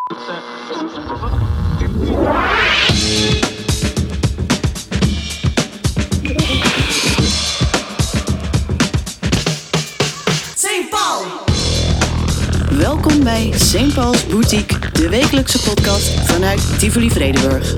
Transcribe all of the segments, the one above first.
Welkom bij St. Paul's Boutique, de wekelijkse podcast vanuit Tivoli Vredenburg.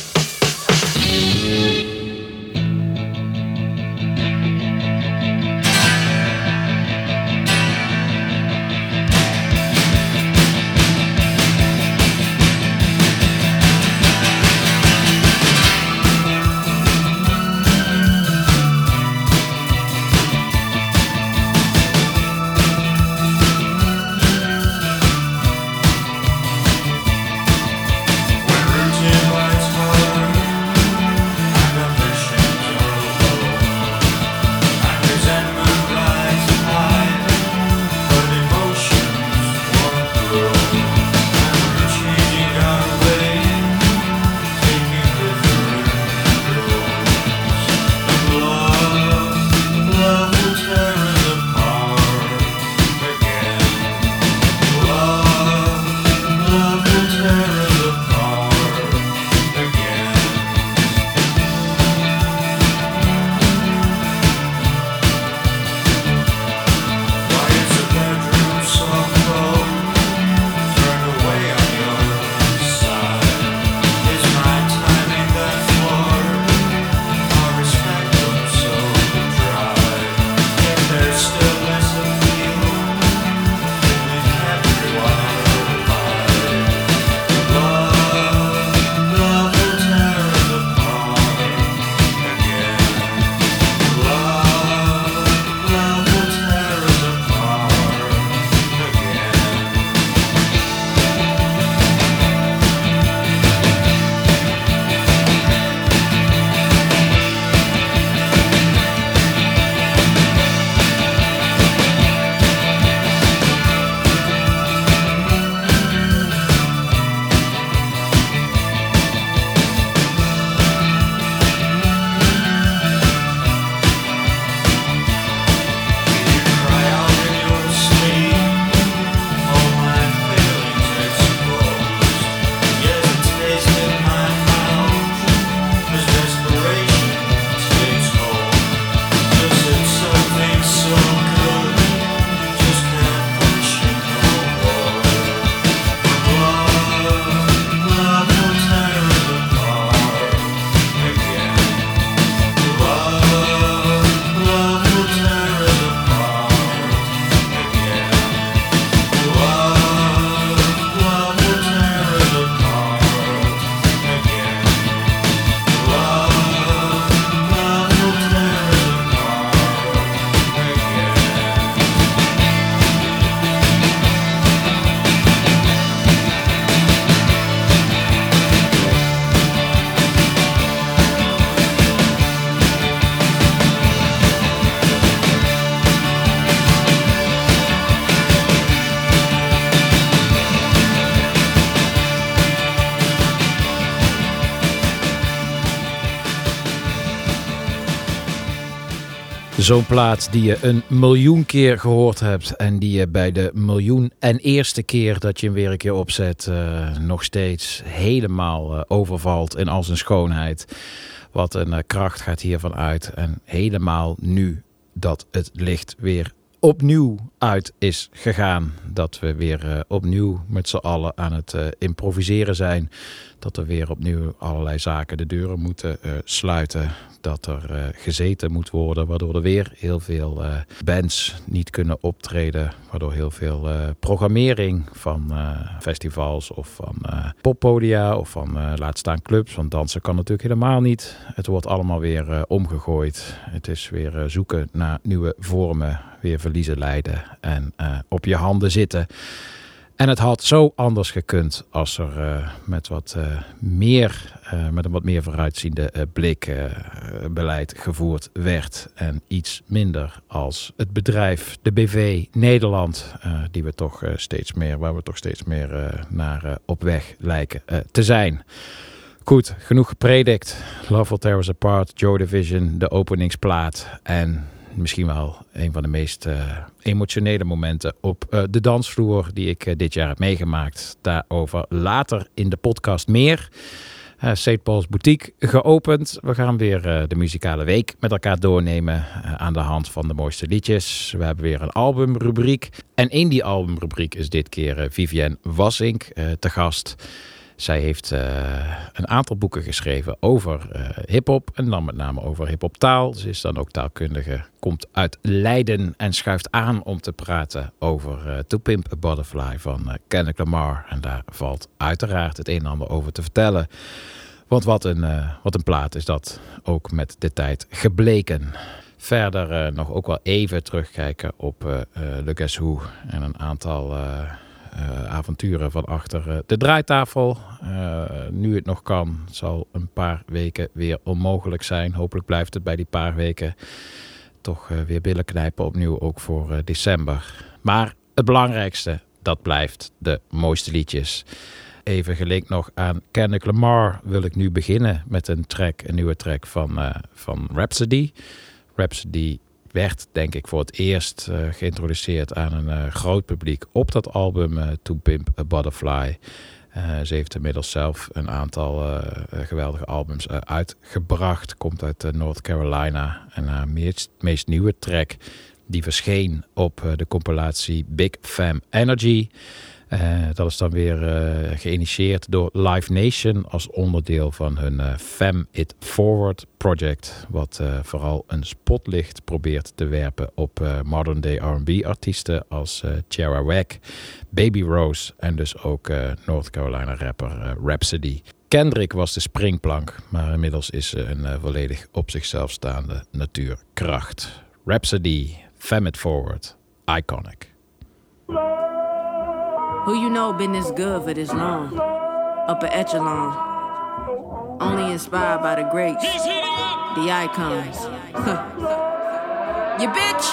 Zo'n plaat die je 1 miljoen keer gehoord hebt en die je bij de 1.000.001ste keer dat je hem weer een keer opzet nog steeds helemaal overvalt in al zijn schoonheid. Wat een kracht gaat hiervan uit. En helemaal nu dat het licht weer opnieuw uit is gegaan. Dat we weer opnieuw met z'n allen aan het improviseren zijn. Dat er weer opnieuw allerlei zaken de deuren moeten sluiten. Dat er gezeten moet worden. Waardoor er weer heel veel bands niet kunnen optreden. Waardoor heel veel programmering van festivals of van poppodia of van laat staan clubs. Want dansen kan natuurlijk helemaal niet. Het wordt allemaal weer omgegooid. Het is weer zoeken naar nieuwe vormen. Weer verliezen lijden en op je handen zitten. En het had zo anders gekund als er met een wat meer vooruitziende blik beleid gevoerd werd. En iets minder als het bedrijf, de BV Nederland, waar we toch steeds meer naar op weg lijken te zijn. Goed, genoeg gepredikt. Love Will Tear Us Apart, Joy Division, de openingsplaat. En misschien wel een van de meest emotionele momenten op de dansvloer die ik dit jaar heb meegemaakt. Daarover later in de podcast meer. St. Paul's Boutique geopend. We gaan weer de muzikale week met elkaar doornemen aan de hand van de mooiste liedjes. We hebben weer een albumrubriek. En in die albumrubriek is dit keer Vivienne Wassink te gast. Zij heeft een aantal boeken geschreven over hiphop en dan met name over hiphoptaal. Ze is dan ook taalkundige, komt uit Leiden en schuift aan om te praten over To Pimp a Butterfly van Kendrick Lamar. En daar valt uiteraard het een en ander over te vertellen. Want wat een plaat is dat ook met de tijd gebleken. Verder nog ook wel even terugkijken op Le Guess Who en een aantal avonturen van achter de draaitafel. Nu het nog kan, zal een paar weken weer onmogelijk zijn. Hopelijk blijft het bij die paar weken toch weer billen knijpen opnieuw, ook voor december. Maar het belangrijkste, dat blijft de mooiste liedjes. Even gelinkt nog aan Kendrick Lamar wil ik nu beginnen met een nieuwe track van Rhapsody. Rhapsody werd denk ik voor het eerst geïntroduceerd aan een groot publiek op dat album To Pimp a Butterfly. Ze heeft inmiddels zelf een aantal geweldige albums uitgebracht. Komt uit North Carolina. En haar meest nieuwe track die verscheen op de compilatie Big Fam Energy. Dat is dan weer geïnitieerd door Live Nation als onderdeel van hun Fam It Forward project. Wat vooral een spotlicht probeert te werpen op modern day R&B artiesten als Tierra Whack, Baby Rose en dus ook North Carolina rapper Rhapsody. Kendrick was de springplank, maar inmiddels is ze een volledig op zichzelf staande natuurkracht. Rhapsody, Fam It Forward, iconic. Who you know been this good for this long? Upper echelon. Only inspired by the greats, the icons. You bitch.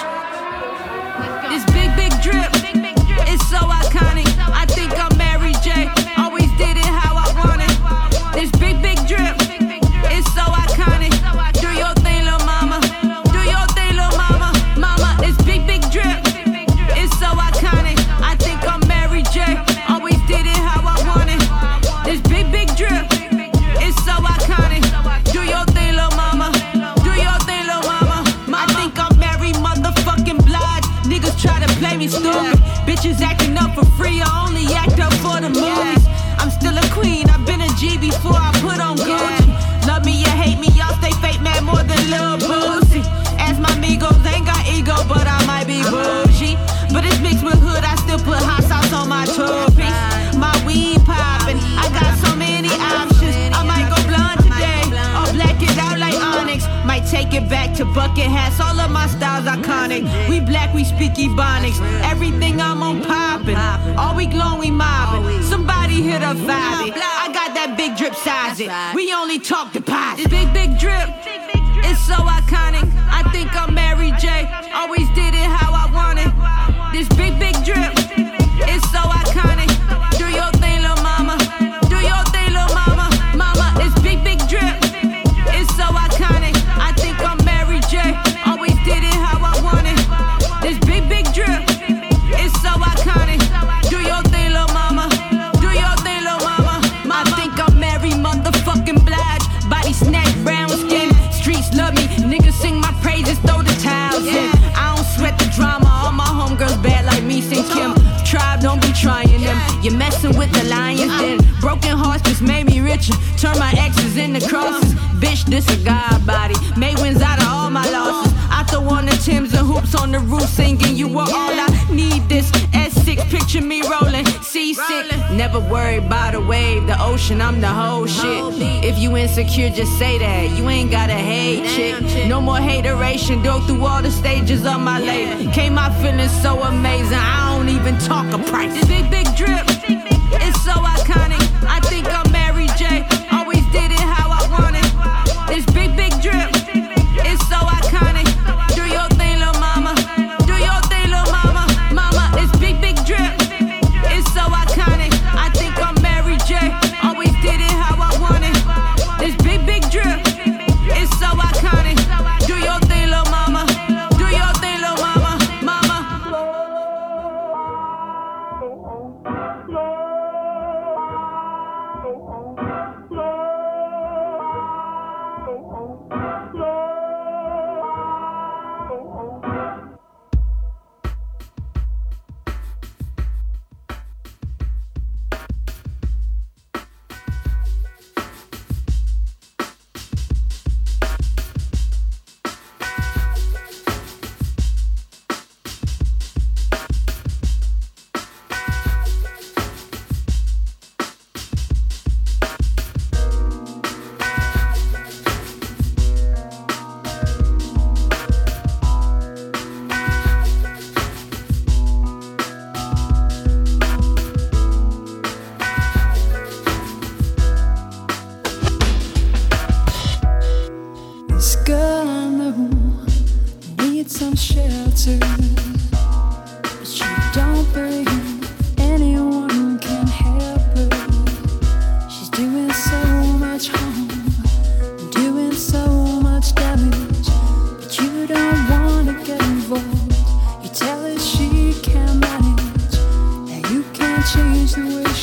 This big drip is so iconic. I think I'm Mary J. Always did it how I wanted. This big drip is so iconic. Do your thing, little mama. Do your thing, little mama. Mama, this big drip is so iconic. I think I'm Mary J. Always did it how I wanted. This big drip is so iconic. Do your thing, little mama. Do your thing, little mama. I think I'm Mary motherfucking Blige. Niggas try to play me stupid. Bitches acting up for free. I only act up for the movies. I'm still a queen. I've been a G before I put on Gucci. Love me or hate me, y'all stay fake mad more than Lil Boosie. Ask my amigos, ain't got ego, but I might be bougie. But it's mixed with hood, I still put hot sauce on my trophies. My weed poppin', I got so many options. I might go blonde today, or black it out like Onyx. Might take it back to bucket hats, all of my styles iconic. We black, we speak Ebonics. Everything I'm on poppin', all week long we mobbin'. Somebody hit a vibe. I got that big drip size it. We only talk deposit. Big drip. It's so iconic. I think I'm Mary J. Always did it how I wanted. This big drip. It's so iconic. Do your thing, little mama. Do your thing, little mama. Mama, this big drip. It's so iconic. I think I'm Mary J. Always did it how I wanted. This big drip. It's so iconic. Do your thing, little mama. Do your thing, little mama. I think I'm Mary motherfucking Blige. Body snatch, brown skin. Streets love me, niggas sing my praises, throw the towels in. I don't sweat the drama, all my homegirls bad like me, St. Kim. Tribe, don't be trying them, you're messing with the lions then. Broken hearts just made me richer, turn my exes into crosses. Bitch, this a god body, made wins out of all my losses. I throw on the Timbs and hoops on the roof singing, you are all I need this. S6, picture me rolling, seasick. Never worried about a wave, the ocean, I'm the whole shit. If you insecure, just say that, you ain't gotta hate chick. No more hateration, go through all the stages of my life. Came out feeling so amazing, I don't even talk a price. This big drip, it's so iconic. I think I'm Mary J. Always did it how I wanted. This big drip, it's so iconic. Do your thing, little mama. Do your thing, little mama. Mama, this big drip, it's so iconic. I think I'm Mary J. Always did it how I wanted. This big drip, it's so iconic. Do your thing, little mama. Do your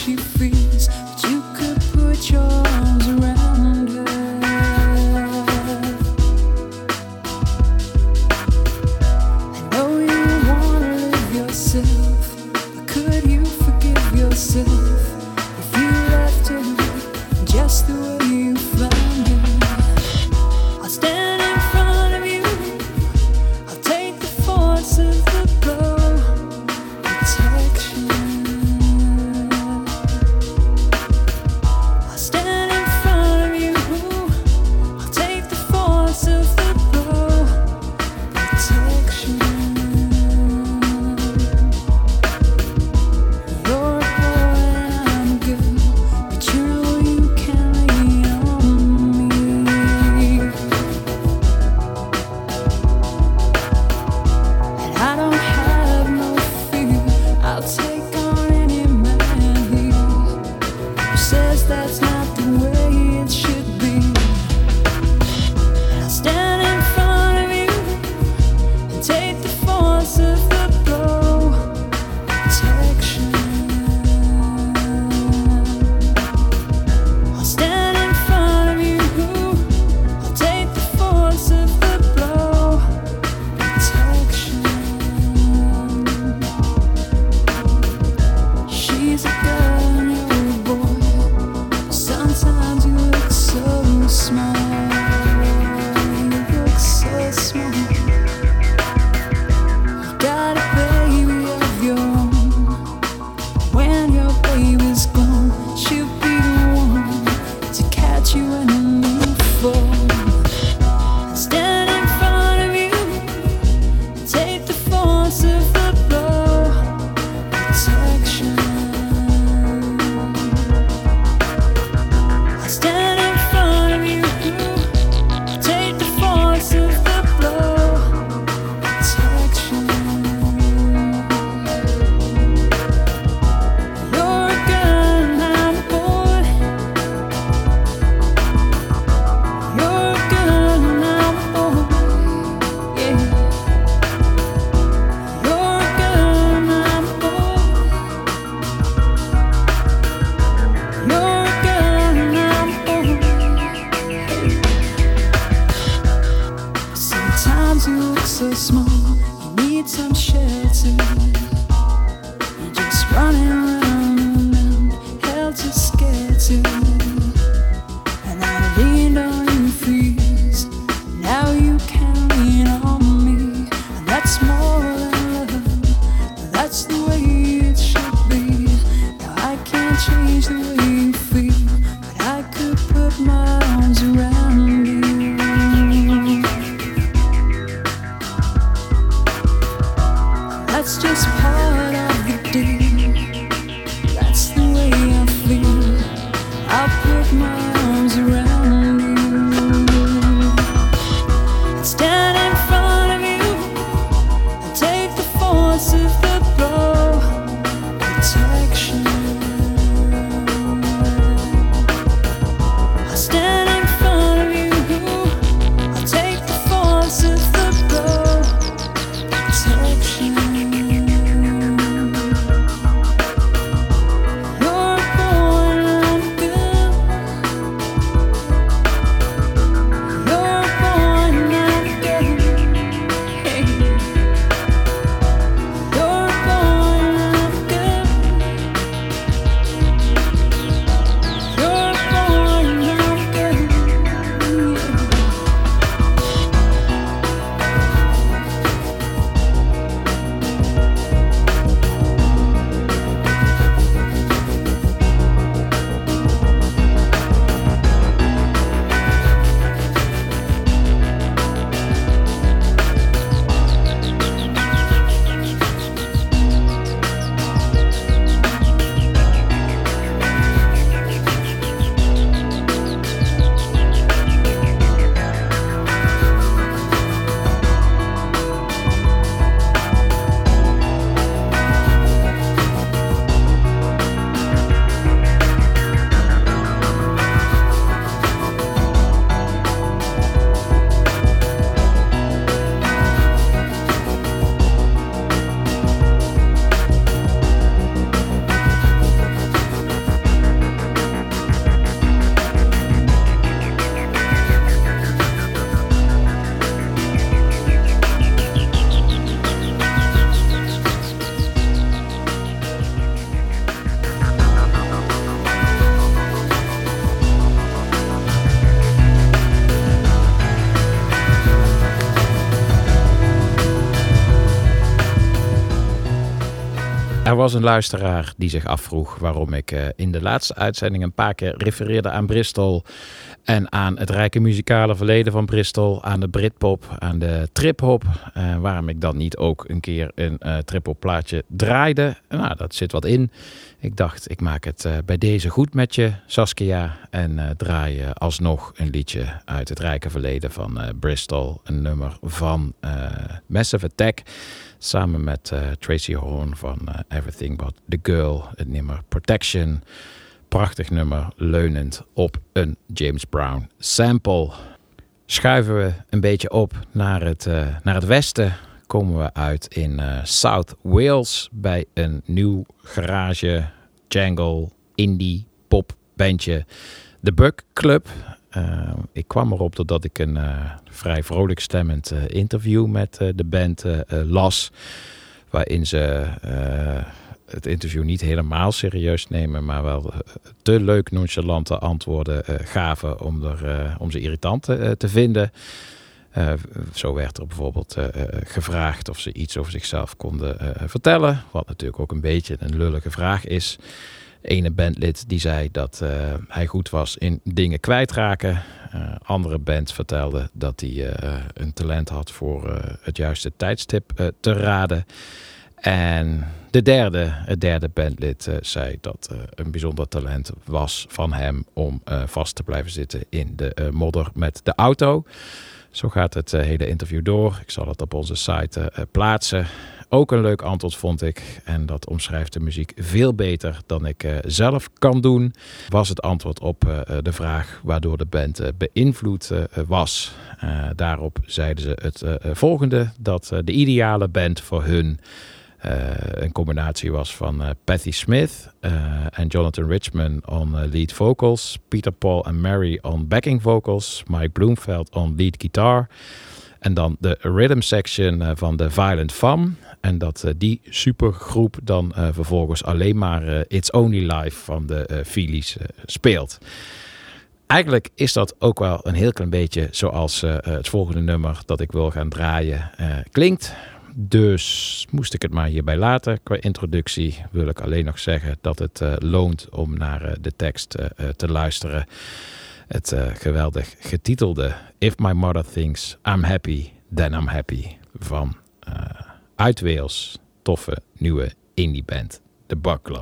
she feels, but you could put your arms around her. I know you wanna live yourself, but could you forgive yourself if you left her just the way you found her? I'll stand in front of you, I'll take the force of the blow, protection. I'll stand in front of you, I'll take the force of the blow, protection. You're a boy and I'm a girl, but you know you can lean on me. And I don't have no fear, I'll take on any man here who says that's not the way it should be. And I'll stand in front of you and take the force of the blow, protection. I'll stand in front of you, I'll take the force of the blow, protection. She's a girl and you're a boy. Sometimes you look so small. You look so small. You got a baby of your own. When your baby's gone, she'll be the one to catch you when you fall. Stand in front of you, take the force of the blow, protection. I stand in front of you, take the force of the blow, protection. You're a girl and I'm a boy. You're a girl and I'm a boy. Yeah. You're a girl and I'm a boy. You're a girl and I'm a boy. Sometimes you look so small, you need some shelter. You're just running around and around, held to skelter. And I leaned on you for years, now you can lean on me. And that's more than love, that's the way it should be. Now I can't change the way you feel, but I could put my arms around you. That's just part of the deal, that's the way I feel. I'll put my arms around you. Stand in front of you and take the force of the blow, protection. I stand in front of was een luisteraar die zich afvroeg waarom ik in de laatste uitzending een paar keer refereerde aan Bristol en aan het rijke muzikale verleden van Bristol, aan de Britpop, aan de trip-hop. Waarom ik dan niet ook een keer een trip-hop plaatje draaide. Nou, dat zit wat in. Ik dacht, ik maak het bij deze goed met je, Saskia. En draai alsnog een liedje uit het rijke verleden van Bristol. Een nummer van Massive Attack. Samen met Tracy Horn van Everything But The Girl. Het nummer Protection. Prachtig nummer, leunend op een James Brown sample. Schuiven we een beetje op naar het westen. Komen we uit in South Wales bij een nieuw garage, jangle, indie, pop bandje. The Buck Club. Ik kwam erop doordat ik een vrij vrolijk stemmend interview met de band las. Waarin ze het interview niet helemaal serieus nemen, maar wel te leuk nonchalante antwoorden gaven om ze irritant te vinden. Zo werd er bijvoorbeeld gevraagd of ze iets over zichzelf konden vertellen. Wat natuurlijk ook een beetje een lullige vraag is. Ene bandlid die zei dat hij goed was in dingen kwijtraken. Andere band vertelde dat hij een talent had voor het juiste tijdstip te raden. En het derde bandlid zei dat een bijzonder talent was van hem om vast te blijven zitten in de modder met de auto. Zo gaat het hele interview door. Ik zal het op onze site plaatsen. Ook een leuk antwoord vond ik. En dat omschrijft de muziek veel beter dan ik zelf kan doen. Was het antwoord op de vraag waardoor de band beïnvloed was. Daarop zeiden ze het volgende. Dat de ideale band voor hun een combinatie was van Patti Smith en Jonathan Richman on lead vocals, Peter Paul en Mary on backing vocals, Mike Bloomfield on lead guitar en dan de rhythm section van de Violent Femme en dat die supergroep dan vervolgens alleen maar It's Only Life van de Phillies speelt. Eigenlijk is dat ook wel een heel klein beetje zoals het volgende nummer dat ik wil gaan draaien klinkt. Dus moest ik het maar hierbij laten. Qua introductie wil ik alleen nog zeggen dat het loont om naar de tekst te luisteren. Het geweldig getitelde If My Mother Thinks I'm Happy, Then I'm Happy van uit Wales. Toffe nieuwe indie band, The Buck Club.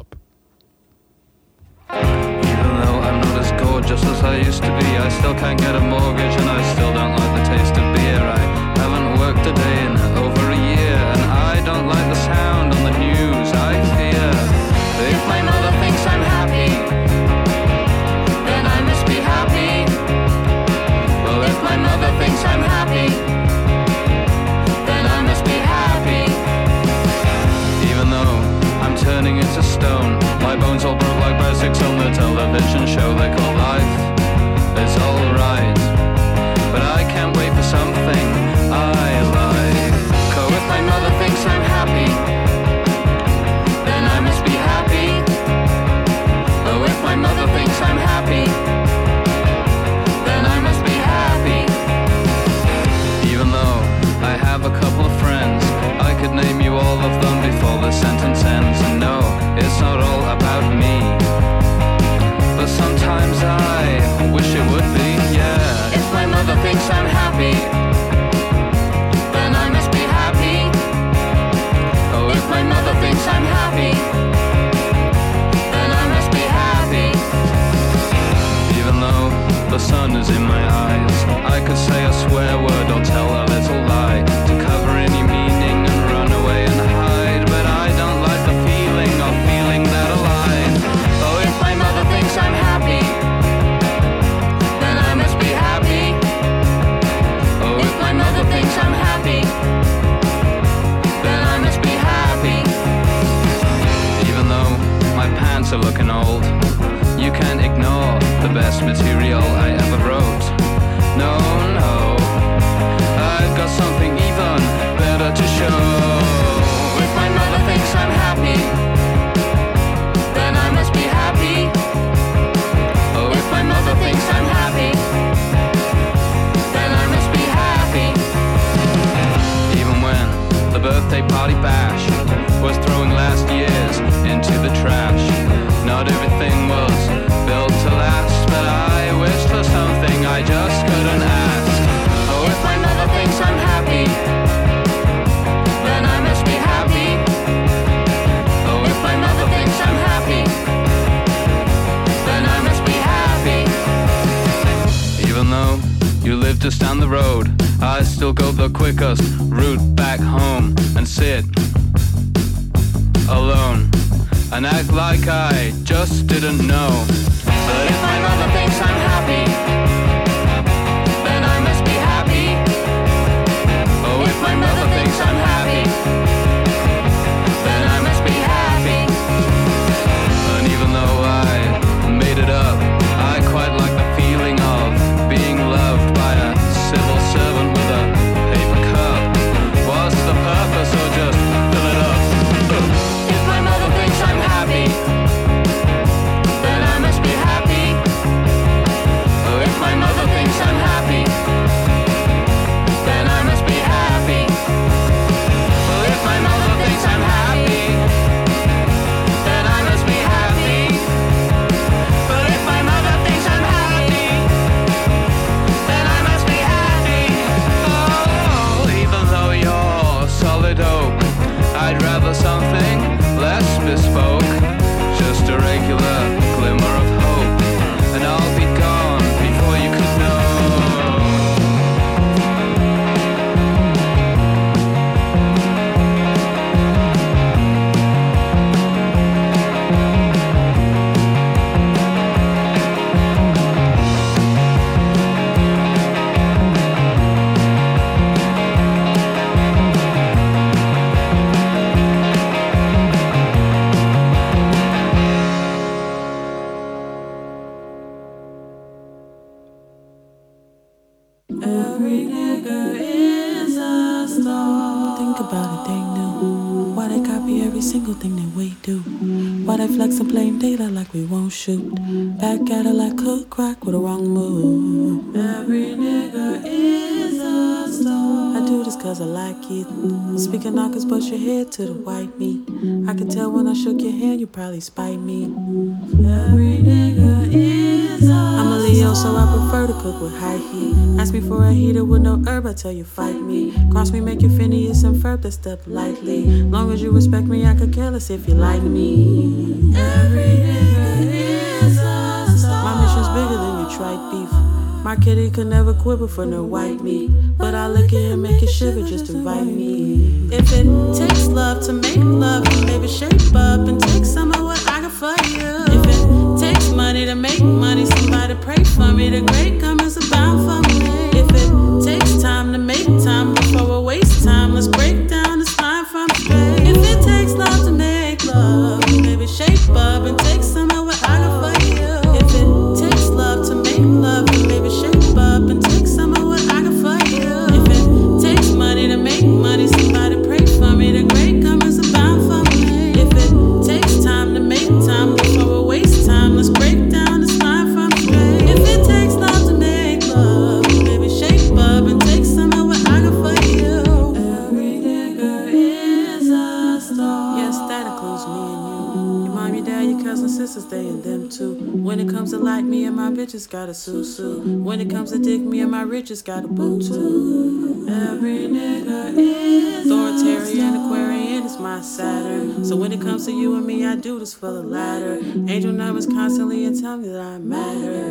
Even though I'm not as gorgeous as I used to be, I still can't get a mortgage and I still don't like the taste of beer. I haven't worked a day in over a year and I don't like the sound on the news. I fear if my mother thinks I'm happy, then I must be happy. Well, if my mother thinks I'm happy, then I must be happy. Even though I'm turning into stone, my bones all broke like breadsticks on the television show they call life. It's alright, but I can't wait for something I like. So if my mother thinks I'm happy, then I must be happy. Oh, if my mother thinks I'm happy, then I must be happy. Even though I have a couple of friends, I could name you all of them before the sentence ends. And no, it's not all about me, but sometimes I wish it would be, yeah. If my mother thinks I'm happy, then I must be happy. Oh, if my mother thinks I'm happy, then I must be happy. Even though the sun is in my eyes, I could say a swear word or tell a little lie to cover any meaning and run away and hide, but I don't like the feeling of feeling that alive. Oh, if my mother thinks I'm happy, then I must be happy. Oh, if my mother thinks I'm happy, then I must be happy. Even though my pants are looking old, you can't ignore the best material I ever wrote. live just down the road, I still go the quickest route back home and sit alone and act like I just didn't know. But if my mother thinks I'm happy, then I must be happy. Oh, if my mother thinks I'm happy, then I must be happy. And even though I made it up, I quite like the feeling of being loved by a civil servant with a paper cup. What's the purpose, or just fill it up? If my mother thinks I'm happy, then I must be happy. Oh, if my mother thinks I'm happy, then I must be happy. Well, if my mother thinks I'm happy, then I must be happy. But if my mother thinks I'm happy, then I must be happy. Oh, even though you're solid oak, I'd rather something less bespoke. Just a regular glimmer of hope, and I'll be gone before you could know. Every nigga is a star. Think about it, they knew. Why they copy every single thing that we do? Why they flex and plain data like we won't shoot? Back at it like Cook Rock with a wrong move. Every nigga is a star. I do this cause I like it. Speaking knockers, bust your head to the white meat. I could tell when I shook your hand, you probably spite me. Every nigga is a star. I'm a Leo, so I prefer to cook with high heat. Ask me for a heater with no herb, I tell you fight me. Cross me, make you Phineas and Ferb, that step lightly. Long as you respect me, I could care less if you like me. Every nigga is a star. My mission's bigger than your tried beef. My kitty could never quibble for no white meat. But I look at him, make it shiver, just invite me. If it takes love to make love, then maybe shape up and take some of what I got for you. If it takes money to make money, somebody pray for me. The great comers abound for me. If it takes time to make time before we waste time, let's break down this line from straight. If it takes love to make love, maybe shape up and take some of what I got for you. If it takes love to make love, maybe shape up and take some of what I got for you. If it takes money to make money, somebody pray for me. The great comers abound for me. If it takes time to make time before we waste time, let's break down this line from straight. If it takes love to make love, maybe shape up and take some of what I got for you. Every nigga is a star. Yes, that includes me and you. Your mom, your dad, your cousins, sisters, they and them too. When it comes to like me and my bitches got a susu. When it comes to dick, me and my riches got a boo too. Every nigga is authoritarian, Aquarian is my Saturn. So when it comes to you and me, I do this for the latter. Angel numbers constantly and tell me that I matter.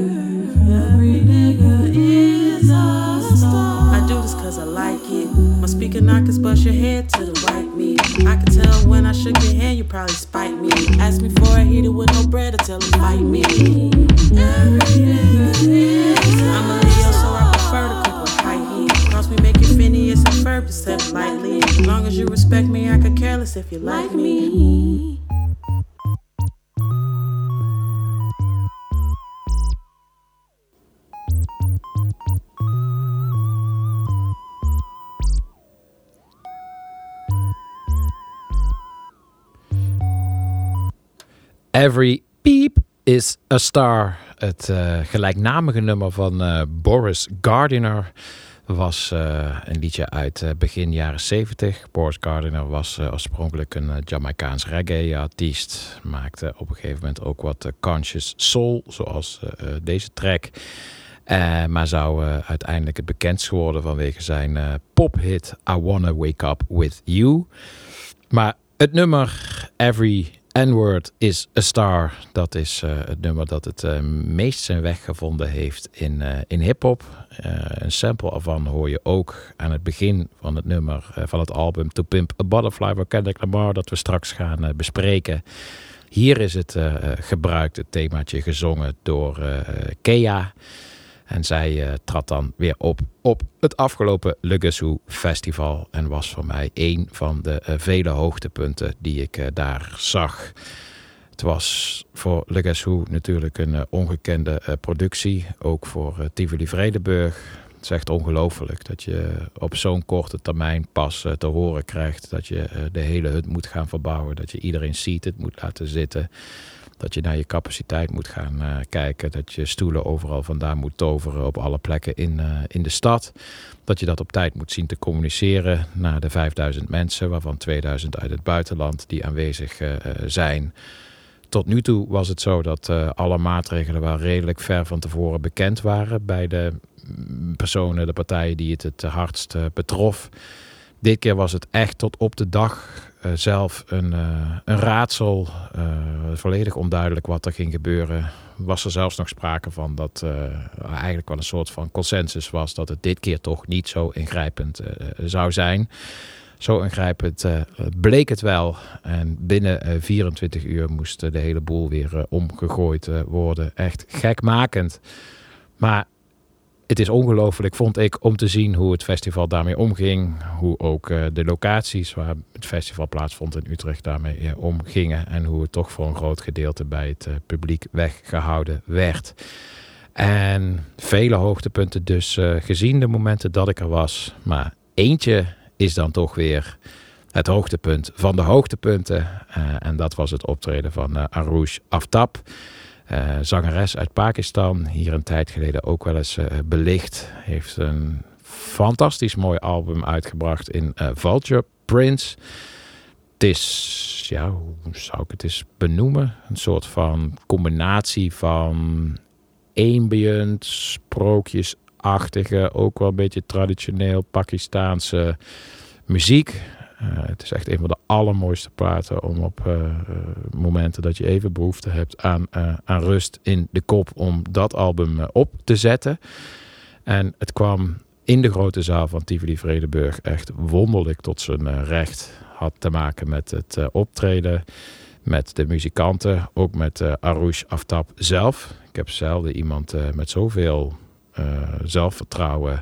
Every nigga is a star. I do this cause I like it. My speaker knockers bust your head to the white meat. I could tell when I shook your hand, you probably spite me. Ask me for a heater with no bread, I tell him fight me. Every nigga is I'm a Leo, so I prefer to cook with high heat. Cross me, make you Phineas and Ferb, step lightly. Long as you respect me, I could care less if you like me. Every Beep is a Star. Het gelijknamige nummer van Boris Gardiner was een liedje uit begin jaren 70. Boris Gardiner was oorspronkelijk een Jamaicaans reggae-artiest. Maakte op een gegeven moment ook wat conscious soul, zoals deze track. Maar zou uiteindelijk het bekendst geworden vanwege zijn pophit I Wanna Wake Up With You. Maar het nummer Every N-Word is a Star. Dat is het nummer dat het meest zijn weg gevonden heeft in hip-hop. Een sample ervan hoor je ook aan het begin van het nummer van het album To Pimp a Butterfly van Kendrick Lamar, dat we straks gaan bespreken. Hier is het gebruikt, het themaatje gezongen door Kea. En zij trad dan weer op het afgelopen Le Guess Festival. En was voor mij een van de vele hoogtepunten die ik daar zag. Het was voor Le Guess natuurlijk een ongekende productie. Ook voor Tivoli Vredenburg. Het is echt ongelooflijk dat je op zo'n korte termijn pas te horen krijgt dat je de hele hut moet gaan verbouwen. Dat je iedereen seated moet laten zitten. Dat je naar je capaciteit moet gaan kijken. Dat je stoelen overal vandaan moet toveren op alle plekken in de stad. Dat je dat op tijd moet zien te communiceren naar de 5000 mensen, waarvan 2000 uit het buitenland die aanwezig zijn. Tot nu toe was het zo dat alle maatregelen wel redelijk ver van tevoren bekend waren bij de personen, de partijen die het hardst betrof. Dit keer was het echt tot op de dag zelf een raadsel. Volledig onduidelijk wat er ging gebeuren. Was er zelfs nog sprake van dat eigenlijk wel een soort van consensus was dat het dit keer toch niet zo ingrijpend zou zijn. Zo ingrijpend bleek het wel. En binnen 24 uur moest de hele boel weer omgegooid worden. Echt gekmakend. Maar het is ongelooflijk, vond ik, om te zien hoe het festival daarmee omging. Hoe ook de locaties waar het festival plaatsvond in Utrecht daarmee omgingen. En hoe het toch voor een groot gedeelte bij het publiek weggehouden werd. En vele hoogtepunten dus gezien de momenten dat ik er was. Maar eentje is dan toch weer het hoogtepunt van de hoogtepunten. En dat was het optreden van Arush Aftab. Zangeres uit Pakistan, hier een tijd geleden ook wel eens belicht. Heeft een fantastisch mooi album uitgebracht in Vulture Prince. Het is, ja, hoe zou ik het eens benoemen? Een soort van combinatie van ambient, sprookjesachtige, ook wel een beetje traditioneel Pakistaanse muziek. Het is echt een van de allermooiste platen om op momenten dat je even behoefte hebt aan rust in de kop om dat album op te zetten. En het kwam in de grote zaal van Tivoli Vredenburg echt wonderlijk tot zijn recht. Had te maken met het optreden, met de muzikanten, ook met Arush Aftab zelf. Ik heb zelden iemand met zoveel zelfvertrouwen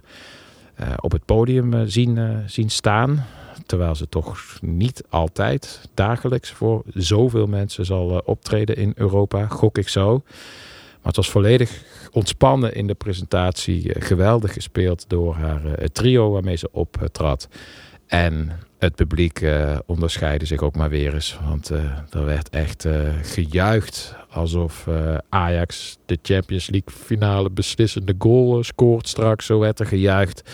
op het podium zien staan. Terwijl ze toch niet altijd dagelijks voor zoveel mensen zal optreden in Europa, gok ik zo. Maar het was volledig ontspannen in de presentatie. Geweldig gespeeld door haar trio waarmee ze optrad. En het publiek onderscheidde zich ook maar weer eens. Want er werd echt gejuicht alsof Ajax de Champions League finale beslissende goal scoort straks. Zo werd er gejuicht.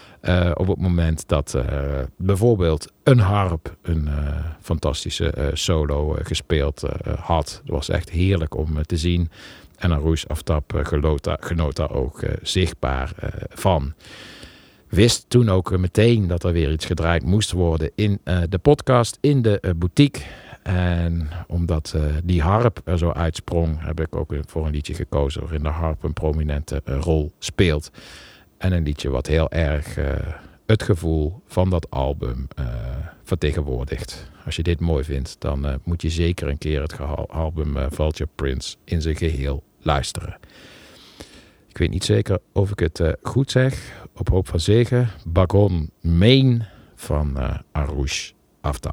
Op het moment dat bijvoorbeeld een harp een fantastische solo gespeeld had. Het was echt heerlijk om te zien. En Arush Aftab genoot daar ook zichtbaar van. Wist toen ook meteen dat er weer iets gedraaid moest worden in de podcast, in de boutique. En omdat die harp er zo uitsprong, heb ik ook voor een liedje gekozen waarin de harp een prominente rol speelt. En een liedje wat heel erg het gevoel van dat album vertegenwoordigt. Als je dit mooi vindt, dan moet je zeker een keer het album Vulture Prince in zijn geheel luisteren. Ik weet niet zeker of ik het goed zeg. Op hoop van zegen. Bagon Main van Arush Aftab.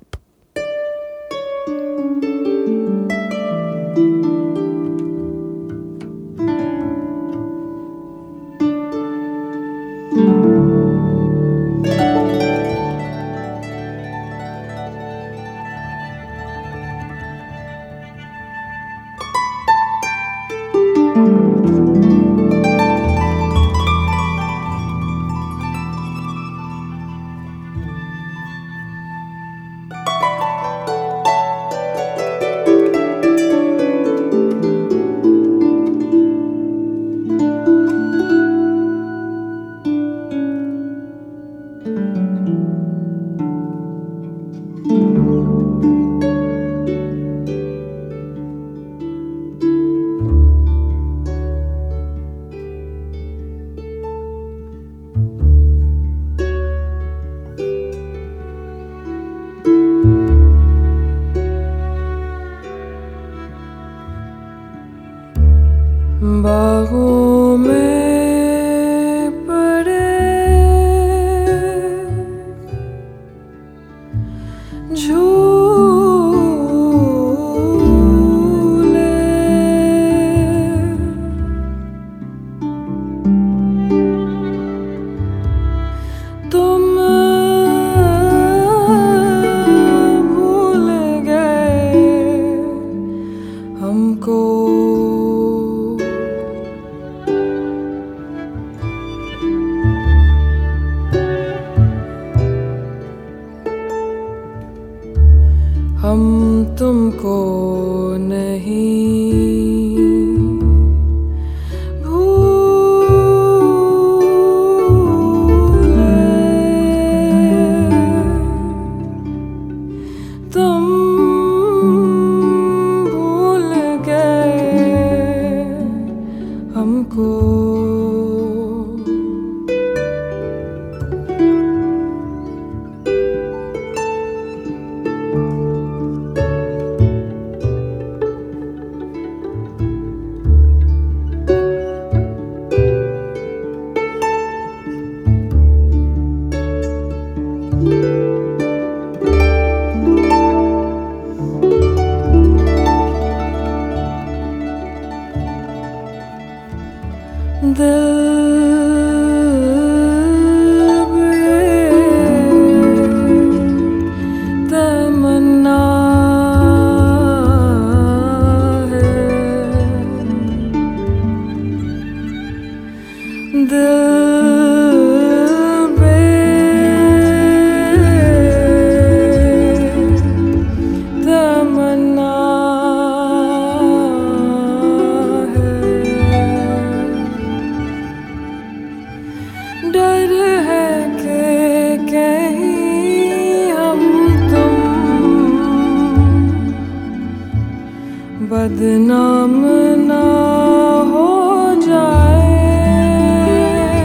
बागों में पड़े झूले तुम भूल गए हमको हम तुमको नहीं भूले तुम भूल गए हमको तमन्ना है तमन्ना डर है कि कहीं हम तुम बदनाम ना हो जाए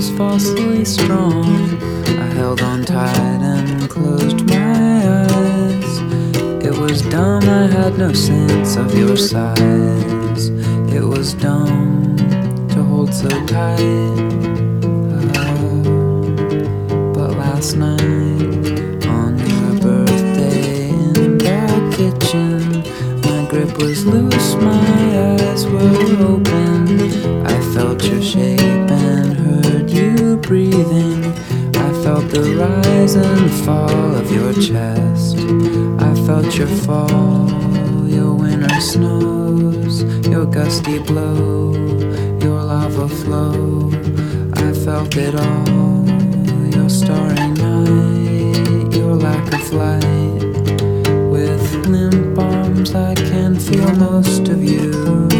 was falsely strong. I held on tight and closed my eyes. It was dumb, I had no sense of your size. It was dumb to hold so tight. But last night, on your birthday in the kitchen, my grip was loose, my eyes were open. I felt your shape and heard you breathing. I felt the rise and fall of your chest. I felt your fall, your winter snows, your gusty blow, your lava flow. I felt it all, your starry night, your lack of light. With limp arms I can feel most of you.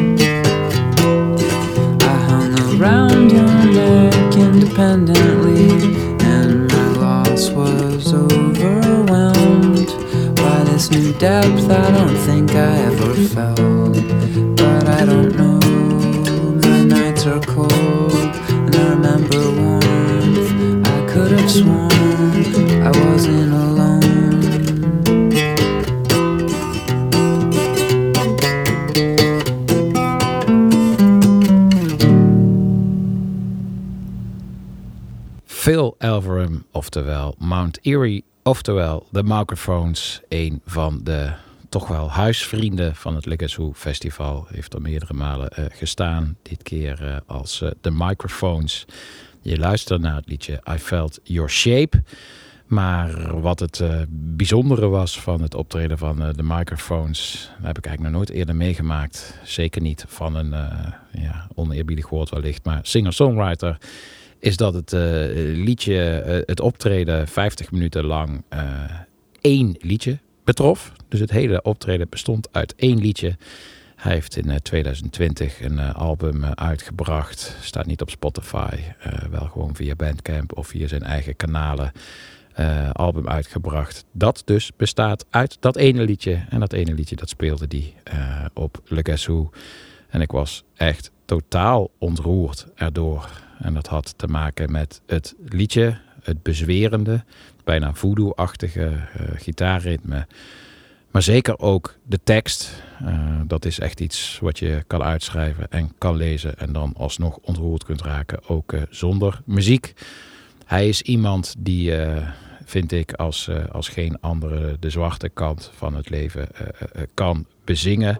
I hung around your neck independently, and my loss was overwhelmed by this new depth I don't think I ever felt. But I don't know, my nights are cold, and I remember warmth. I could have sworn I wasn't alone. Phil Elverum, oftewel Mount Eerie, oftewel de Microphones. Een van de toch wel huisvrienden van het Legacy Festival. Heeft er meerdere malen gestaan. Dit keer als de Microphones. Je luistert naar het liedje I Felt Your Shape. Maar wat het bijzondere was van het optreden van de Microphones, dat heb ik eigenlijk nog nooit eerder meegemaakt. Zeker niet van een, oneerbiedig woord wellicht, maar singer-songwriter. Is dat het liedje, het optreden 50 minuten lang één liedje betrof. Dus het hele optreden bestond uit één liedje. Hij heeft in 2020 een album uitgebracht. Staat niet op Spotify, wel gewoon via Bandcamp of via zijn eigen kanalen. Album uitgebracht. Dat dus bestaat uit dat ene liedje. En dat ene liedje dat speelde die op Le Gassou. En ik was echt totaal ontroerd erdoor. En dat had te maken met het liedje, het bezwerende, bijna voodoo-achtige gitaarritme. Maar zeker ook de tekst. Dat is echt iets wat je kan uitschrijven en kan lezen. En dan alsnog ontroerd kunt raken, ook zonder muziek. Hij is iemand die, vind ik, als geen andere de zwarte kant van het leven kan bezingen.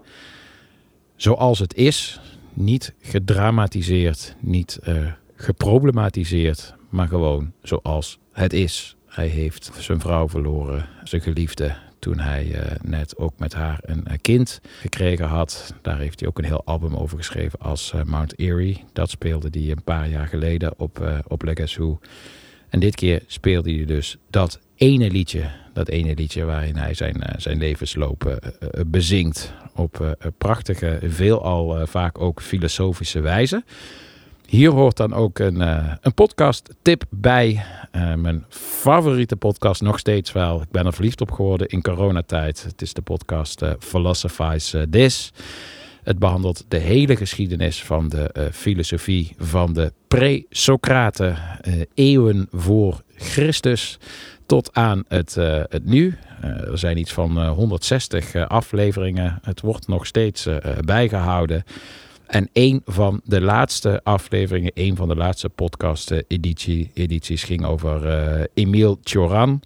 Zoals het is. Niet gedramatiseerd, niet geproblematiseerd, maar gewoon zoals het is. Hij heeft zijn vrouw verloren, zijn geliefde, toen hij net ook met haar een kind gekregen had. Daar heeft hij ook een heel album over geschreven als Mount Eerie. Dat speelde hij een paar jaar geleden op Le Gassou. En dit keer speelde hij dus dat ene liedje waarin hij zijn levensloop bezingt. Op prachtige, veelal vaak ook filosofische wijze. Hier hoort dan ook een podcast tip bij. Mijn favoriete podcast nog steeds wel. Ik ben er verliefd op geworden in coronatijd. Het is de podcast Philosophize This. Het behandelt de hele geschiedenis van de filosofie van de pre-Socraten. Eeuwen voor Christus tot aan het nu. Er zijn iets van 160 afleveringen. Het wordt nog steeds bijgehouden. En een van de laatste afleveringen, een van de laatste podcast-edities ging over Émile Cioran.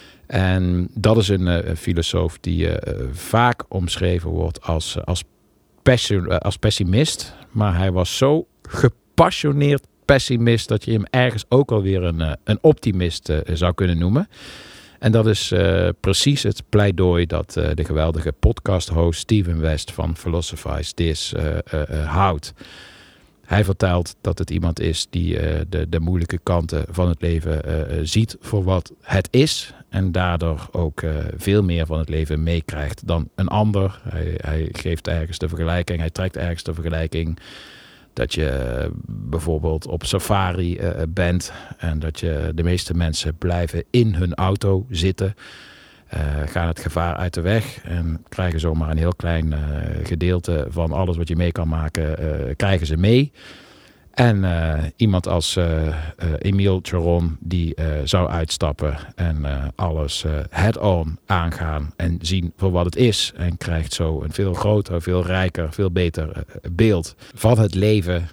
En dat is een filosoof die vaak omschreven wordt als pessimist. Maar hij was zo gepassioneerd pessimist dat je hem ergens ook alweer een optimist zou kunnen noemen. En dat is precies het pleidooi dat de geweldige podcast-host Steven West van Philosophize This houdt. Hij vertelt dat het iemand is die de moeilijke kanten van het leven ziet voor wat het is. En daardoor ook veel meer van het leven meekrijgt dan een ander. Hij geeft ergens de vergelijking, hij trekt ergens de vergelijking. Dat je bijvoorbeeld op safari bent en dat je de meeste mensen blijven in hun auto zitten. Gaan het gevaar uit de weg en krijgen zomaar een heel klein gedeelte van alles wat je mee kan maken, krijgen ze mee. En iemand als Emile Cioran die zou uitstappen en alles head-on aangaan en zien voor wat het is. En krijgt zo een veel groter, veel rijker, veel beter beeld van het leven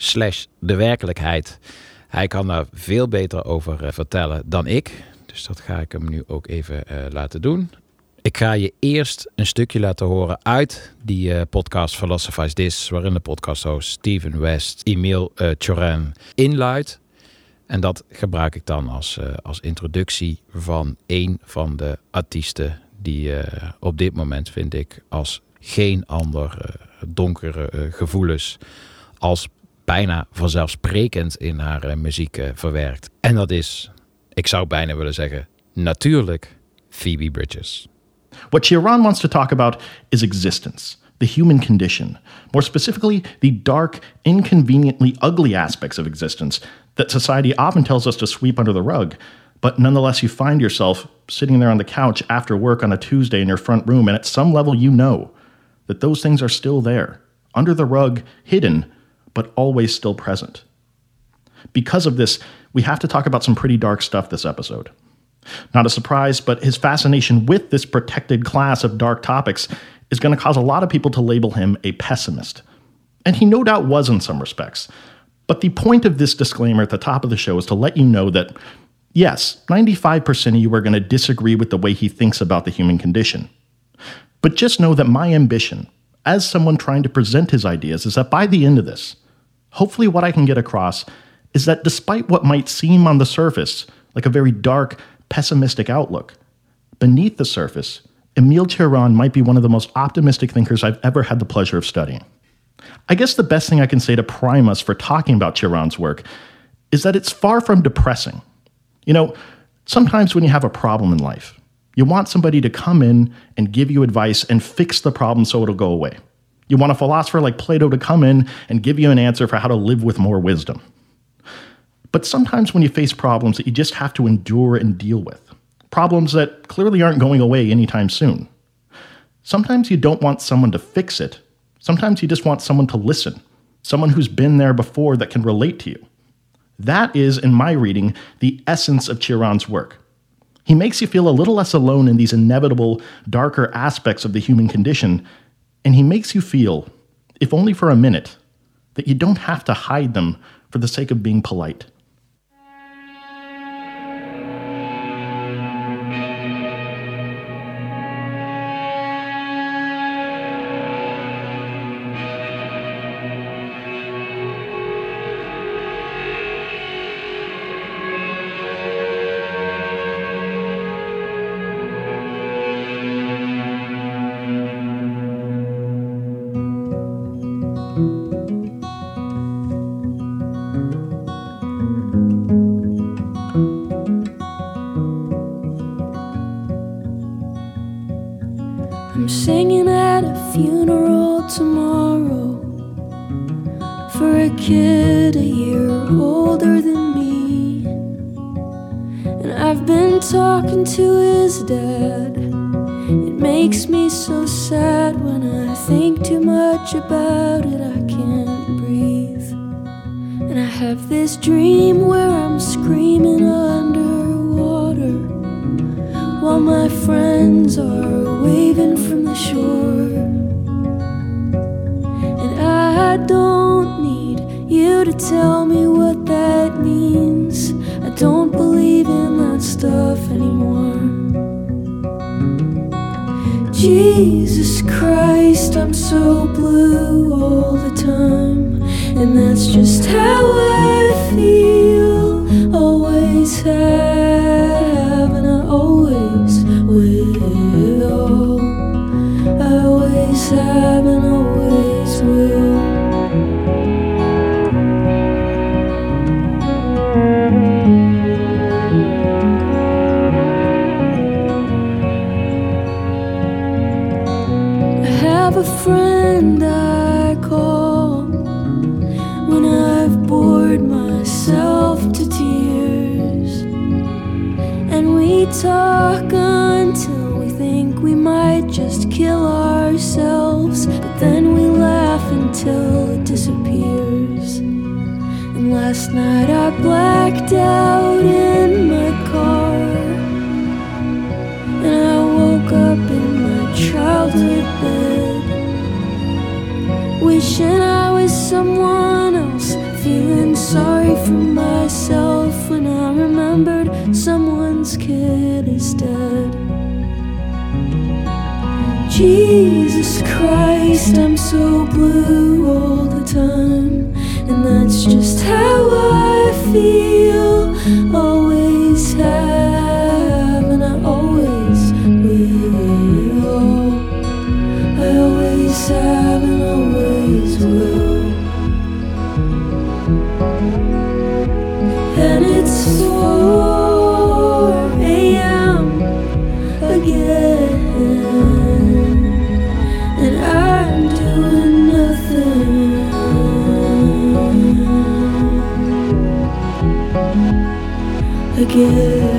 / de werkelijkheid. Hij kan daar veel beter over vertellen dan ik. Dus dat ga ik hem nu ook even laten doen. Ik ga je eerst een stukje laten horen uit die podcast Philosophize This, waarin de podcasthost Steven West Emile Cioran inluidt. En dat gebruik ik dan als introductie van een van de artiesten die op dit moment, vind ik, als geen ander donkere gevoelens als bijna vanzelfsprekend in haar muziek verwerkt. En dat is, ik zou bijna willen zeggen, natuurlijk Phoebe Bridgers. What Cioran wants to talk about is existence, the human condition. More specifically, the dark, inconveniently ugly aspects of existence that society often tells us to sweep under the rug, but nonetheless you find yourself sitting there on the couch after work on a Tuesday in your front room, and at some level you know that those things are still there, under the rug, hidden, but always still present. Because of this, we have to talk about some pretty dark stuff this episode. Not a surprise, but his fascination with this protected class of dark topics is going to cause a lot of people to label him a pessimist. And he no doubt was in some respects. But the point of this disclaimer at the top of the show is to let you know that, yes, 95% of you are going to disagree with the way he thinks about the human condition. But just know that my ambition, as someone trying to present his ideas, is that by the end of this, hopefully what I can get across is that despite what might seem on the surface like a very dark, pessimistic outlook, beneath the surface, Emile Cioran might be one of the most optimistic thinkers I've ever had the pleasure of studying. I guess the best thing I can say to prime us for talking about Cioran's work is that it's far from depressing. You know, sometimes when you have a problem in life, you want somebody to come in and give you advice and fix the problem so it'll go away. You want a philosopher like Plato to come in and give you an answer for how to live with more wisdom. But sometimes when you face problems that you just have to endure and deal with, problems that clearly aren't going away anytime soon, sometimes you don't want someone to fix it. Sometimes you just want someone to listen, someone who's been there before that can relate to you. That is, in my reading, the essence of Cioran's work. He makes you feel a little less alone in these inevitable, darker aspects of the human condition, and he makes you feel, if only for a minute, that you don't have to hide them for the sake of being polite. I'm singing at a funeral tomorrow for a kid a year older than me. And I've been talking to his dad. It makes me so sad when I think too much about it, I can't breathe. And I have this dream where I'm screaming underwater while my friends are waving from the shore. And I don't need you to tell me what that means. I don't believe in that stuff anymore. Jesus Christ, I'm so blue all the time, and that's just how I feel. Always have, and I always will. I always have and always will. A friend I call when I've bored myself to tears, and we talk until we think we might just kill ourselves, but then we laugh until it disappears. night I blacked out in my car, and I woke up in my childhood bed, wishing I was someone else, feeling sorry for myself when I remembered someone's kid is dead. Jesus Christ, I'm so blue all the time, and that's just how I feel. Always have, and I always will. I always have and always will. And it's 4 a.m. again, and I'm doing nothing. Again.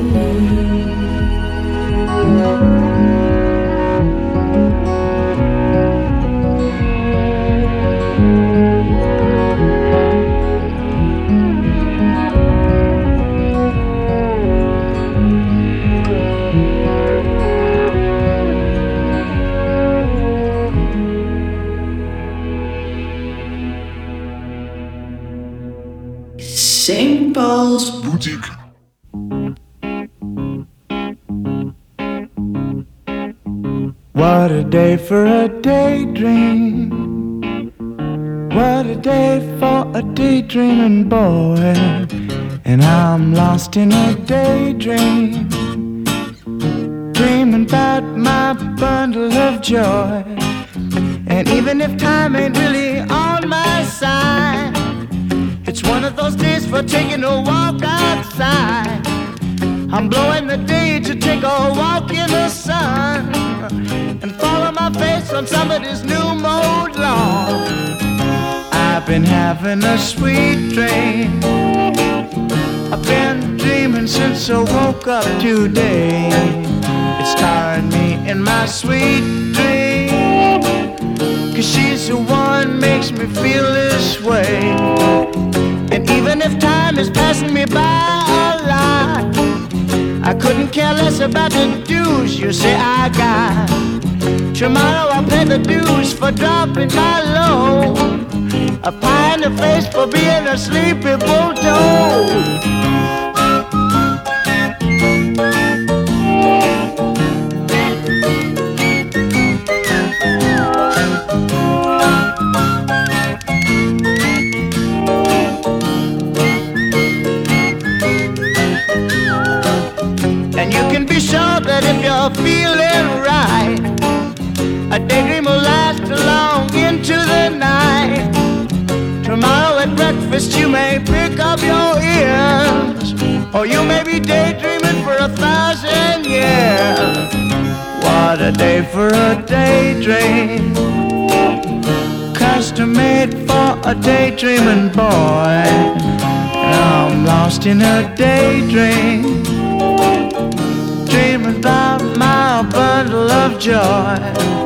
St. Paul's Boutique. What a day for a daydream. What a day for a daydreaming boy. And I'm lost in a daydream, dreaming about my bundle of joy. And even if time ain't really on my side, it's one of those days for taking a walk outside. I'm blowing the day to take a walk in the sun and follow my face on somebody's new mode lawn. I've been having a sweet dream. I've been dreaming since I woke up today. It's tiring me in my sweet dream, 'cause she's the one makes me feel this way. And even if time is passing me by a lot, I couldn't care less about the dues you say I got. Tomorrow I'll pay the dues for dropping my load, a pie in the face for being a sleepy bulldog. And you can be sure that if you're feeling right, a daydream will last long into the night. Tomorrow at breakfast you may pick up your ears, or you may be daydreaming for 1,000 years. What a day for a daydream, custom made for a daydreaming boy. And I'm lost in a daydream, dreaming about my bundle of joy.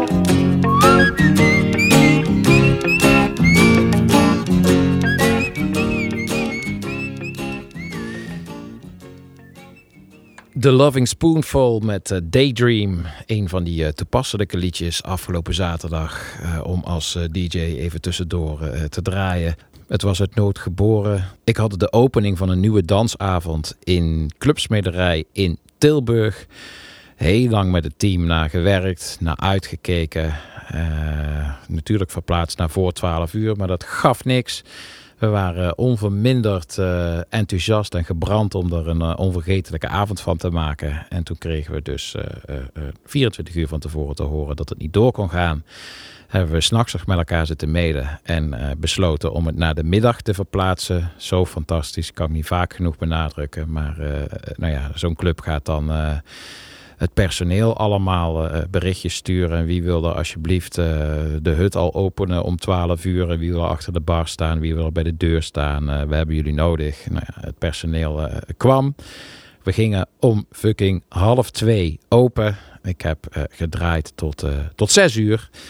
The Loving Spoonful met Daydream. Een van die toepasselijke liedjes afgelopen zaterdag om als DJ even tussendoor te draaien. Het was uit nood geboren. Ik had de opening van een nieuwe dansavond in Clubsmederij in Tilburg. Heel lang met het team naar gewerkt, naar uitgekeken. Natuurlijk verplaatst naar voor 12 uur, maar dat gaf niks. We waren onverminderd enthousiast en gebrand om er een onvergetelijke avond van te maken. En toen kregen we dus 24 uur van tevoren te horen dat het niet door kon gaan. Hebben we 's nachts nog met elkaar zitten mailen en besloten om het naar de middag te verplaatsen. Zo fantastisch, kan ik niet vaak genoeg benadrukken. Maar zo'n club gaat dan het personeel allemaal berichtjes sturen. En wie wil er alsjeblieft de hut al openen om 12 uur. En wie wil er achter de bar staan. Wie wil er bij de deur staan. We hebben jullie nodig. Het personeel kwam. We gingen om fucking 1:30 open. Ik heb gedraaid tot 6 uur.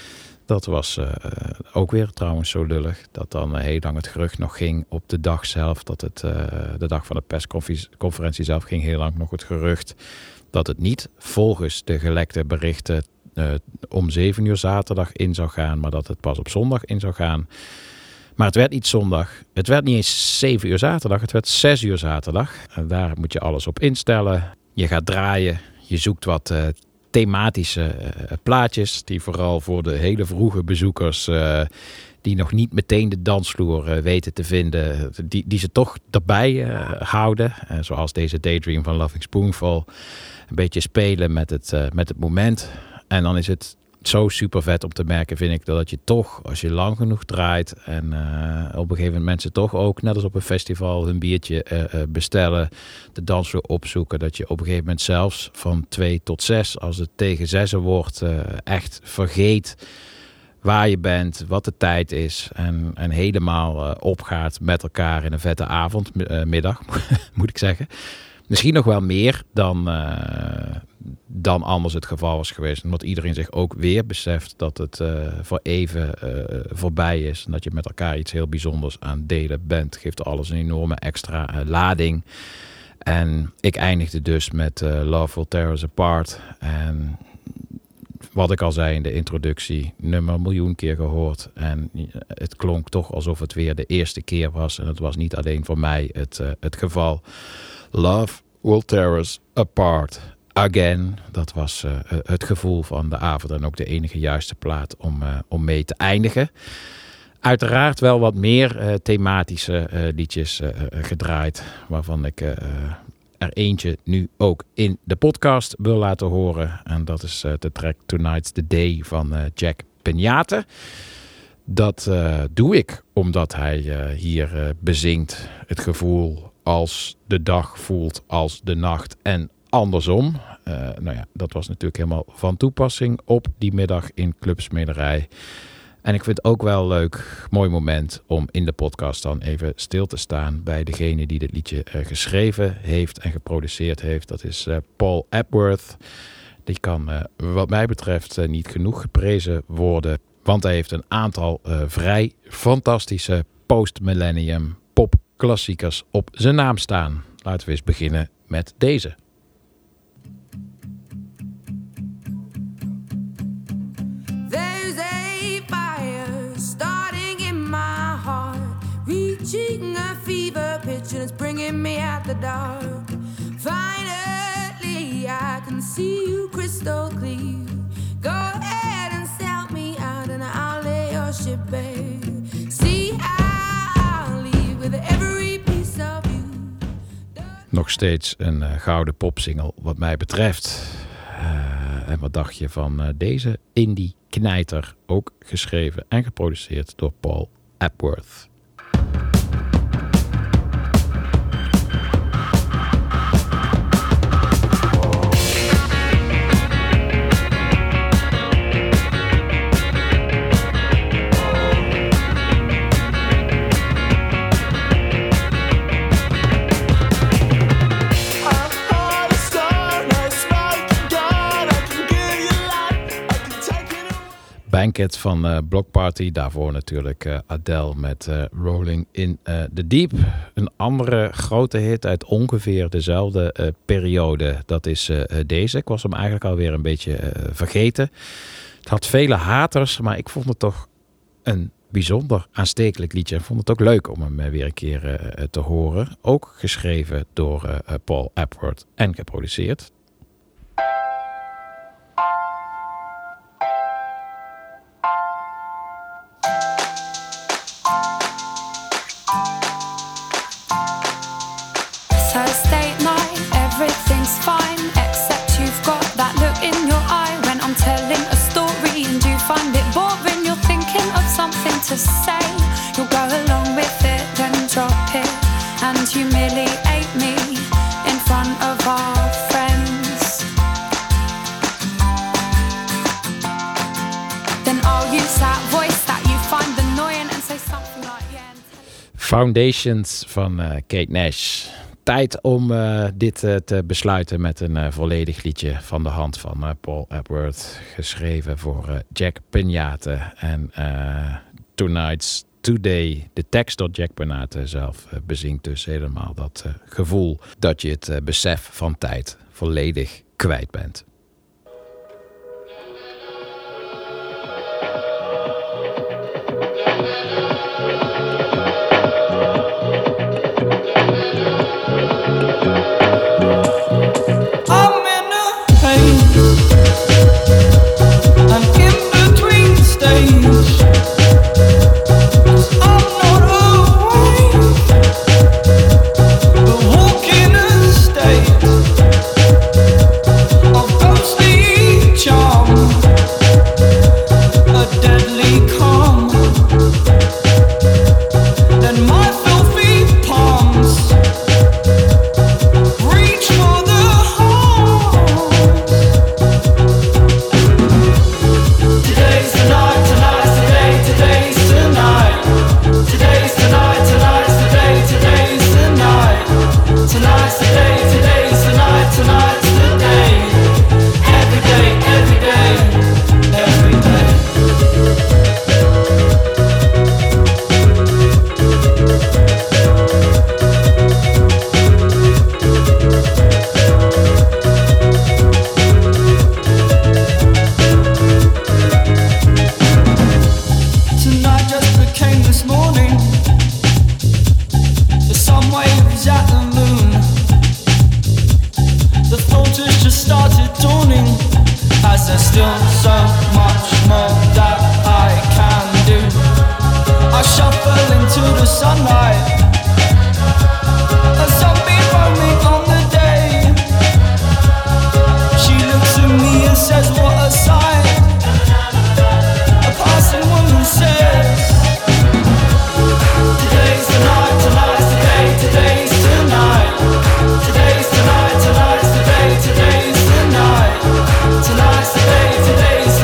Dat was ook weer trouwens zo lullig. Dat dan heel lang het gerucht nog ging op de dag zelf. Dat het de dag van de persconferentie zelf ging heel lang nog het gerucht. Dat het niet volgens de gelekte berichten om 7 uur zaterdag in zou gaan. Maar dat het pas op zondag in zou gaan. Maar het werd niet zondag. Het werd niet eens 7 uur zaterdag. Het werd 6 uur zaterdag. Daar moet je alles op instellen. Je gaat draaien. Je zoekt wat thematische plaatjes. Die vooral voor de hele vroege bezoekers die nog niet meteen de dansvloer weten te vinden. Die ze toch erbij houden. Zoals deze Daydream van Loving Spoonful. Een beetje spelen met het moment. En dan is het zo super vet om te merken, vind ik, dat je toch, als je lang genoeg draait en op een gegeven moment mensen toch ook, net als op een festival, hun biertje bestellen, de dansvloer opzoeken, dat je op een gegeven moment zelfs van 2 tot 6, als het tegen 6 wordt, echt vergeet waar je bent, wat de tijd is en helemaal opgaat met elkaar in een vette avondmiddag, moet ik zeggen. Misschien nog wel meer dan anders het geval was geweest. Omdat iedereen zich ook weer beseft dat het voor even voorbij is. En dat je met elkaar iets heel bijzonders aan delen bent. Geeft alles een enorme extra lading. En ik eindigde dus met Love Will Tear Us Apart. En wat ik al zei in de introductie, nummer 1 miljoen keer gehoord. En het klonk toch alsof het weer de eerste keer was. En het was niet alleen voor mij het geval. Love Will Tear Us Apart Again. Dat was het gevoel van de avond en ook de enige juiste plaat om mee te eindigen. Uiteraard wel wat meer thematische liedjes gedraaid. Waarvan ik er eentje nu ook in de podcast wil laten horen. En dat is de track Tonight's the Day van Jack Peñate. Dat doe ik omdat hij hier bezingt het gevoel als de dag voelt als de nacht en andersom. Dat was natuurlijk helemaal van toepassing op die middag in Club Smederij. En ik vind het ook wel leuk, mooi moment om in de podcast dan even stil te staan bij degene die dit liedje geschreven heeft en geproduceerd heeft. Dat is Paul Epworth. Die kan wat mij betreft niet genoeg geprezen worden, want hij heeft een aantal vrij fantastische post-millennium popklassiekers op zijn naam staan. Laten we eens beginnen met deze. There's a fire starting in my heart, reaching a fever pitch and it's bringing me out the dark. Finally I can see you crystal clear. Go ahead and sell me out and I'll lay your ship bare. See I'll leave with every piece of you. Nog steeds een gouden popsingle wat mij betreft. En wat dacht je van deze indie knijter, ook geschreven en geproduceerd door Paul Epworth. Banquet van Block Party. Daarvoor natuurlijk Adele met Rolling in the Deep. Een andere grote hit uit ongeveer dezelfde periode. Dat is deze. Ik was hem eigenlijk alweer een beetje vergeten. Het had vele haters, maar ik vond het toch een bijzonder aanstekelijk liedje. En vond het ook leuk om hem weer een keer te horen. Ook geschreven door Paul Epworth en geproduceerd. To say you'll go along with it, then drop it and humiliate me in front of our friends. Then I'll use that voice that you find annoying and say something like yeah. Foundations van Kate Nash. Tijd om dit te besluiten met een volledig liedje van de hand van Paul Epworth. Geschreven voor Jack Peñate. En Tonight's Today. De tekst door Jack Peñate zelf bezingt dus helemaal dat gevoel dat je het besef van tijd volledig kwijt bent. Tonight's the day, today's the night.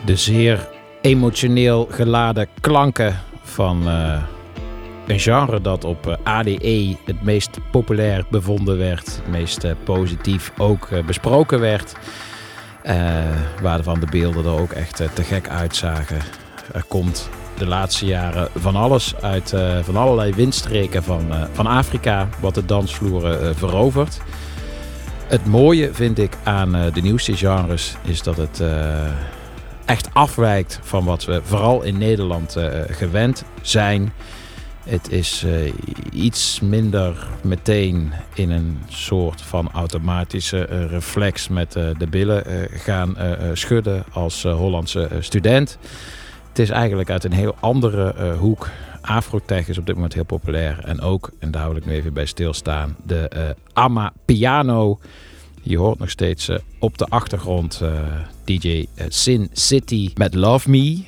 De zeer emotioneel geladen klanken van een genre dat op ADE het meest populair bevonden werd. Het meest positief ook besproken werd. Waarvan de beelden er ook echt te gek uitzagen. Er komt de laatste jaren van alles uit, van allerlei windstreken van Afrika, wat de dansvloeren verovert. Het mooie vind ik aan de nieuwste genres is dat het echt afwijkt van wat we vooral in Nederland gewend zijn. Het is iets minder meteen in een soort van automatische reflex met de billen gaan schudden als Hollandse student. Het is eigenlijk uit een heel andere hoek. Afrotech is op dit moment heel populair. En ook, en daar wil ik nu even bij stilstaan, de Amapiano. Je hoort nog steeds op de achtergrond DJ Sin City met Love Me.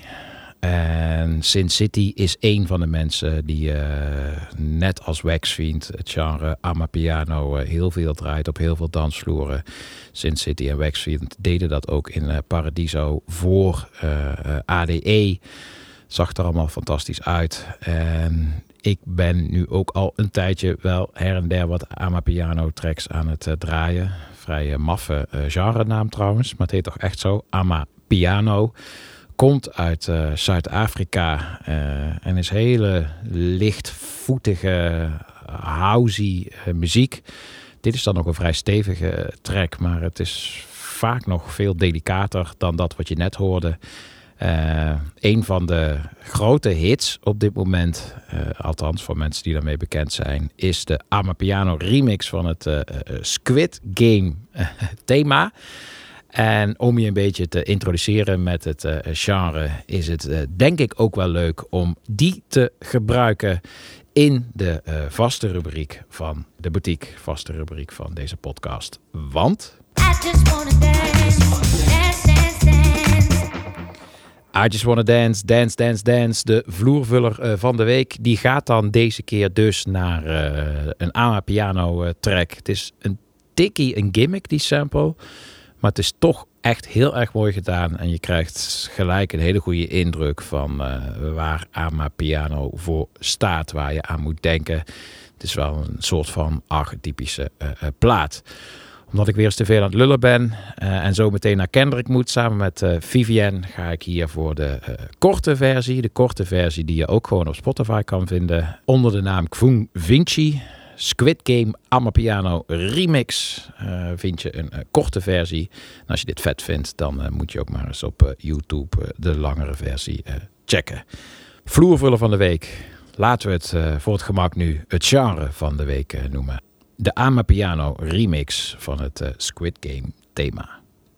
En Sin City is één van de mensen die net als Waxfiend het genre Amapiano heel veel draait op heel veel dansvloeren. Sin City en Waxfiend deden dat ook in Paradiso voor ADE. Zag er allemaal fantastisch uit. En ik ben nu ook al een tijdje wel her en der wat Amapiano tracks aan het draaien. Vrij maffe genrenaam trouwens, maar het heet toch echt zo, Amapiano. Komt uit Zuid-Afrika en is hele lichtvoetige, housey muziek. Dit is dan nog een vrij stevige track, maar het is vaak nog veel delicater dan dat wat je net hoorde. Een van de grote hits op dit moment, althans voor mensen die daarmee bekend zijn, is de Amapiano remix van het Squid Game thema. En om je een beetje te introduceren met het genre is het denk ik ook wel leuk om die te gebruiken in de vaste rubriek van de boutique, vaste rubriek van deze podcast. Want I Just Wanna Dance, Dance, Dance, Dance. De vloervuller van de week. Die gaat dan deze keer dus naar een Amapiano track. Het is een tikkie, een gimmick die sample. Maar het is toch echt heel erg mooi gedaan. En je krijgt gelijk een hele goede indruk van waar Amapiano voor staat. Waar je aan moet denken. Het is wel een soort van archetypische plaat. Omdat ik weer eens te veel aan het lullen ben en zo meteen naar Kendrick moet samen met Vivienne, ga ik hier voor de korte versie. De korte versie die je ook gewoon op Spotify kan vinden. Onder de naam Kvung Vinci. Squid Game Amapiano Remix vind je een korte versie. En als je dit vet vindt, dan moet je ook maar eens op YouTube de langere versie checken. Vloervuller van de week. Laten we het voor het gemak nu het genre van de week noemen. De Amapiano remix van het Squid Game thema.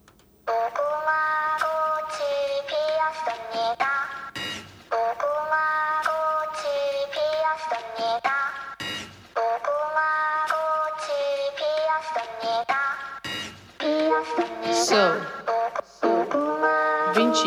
So, Vinci.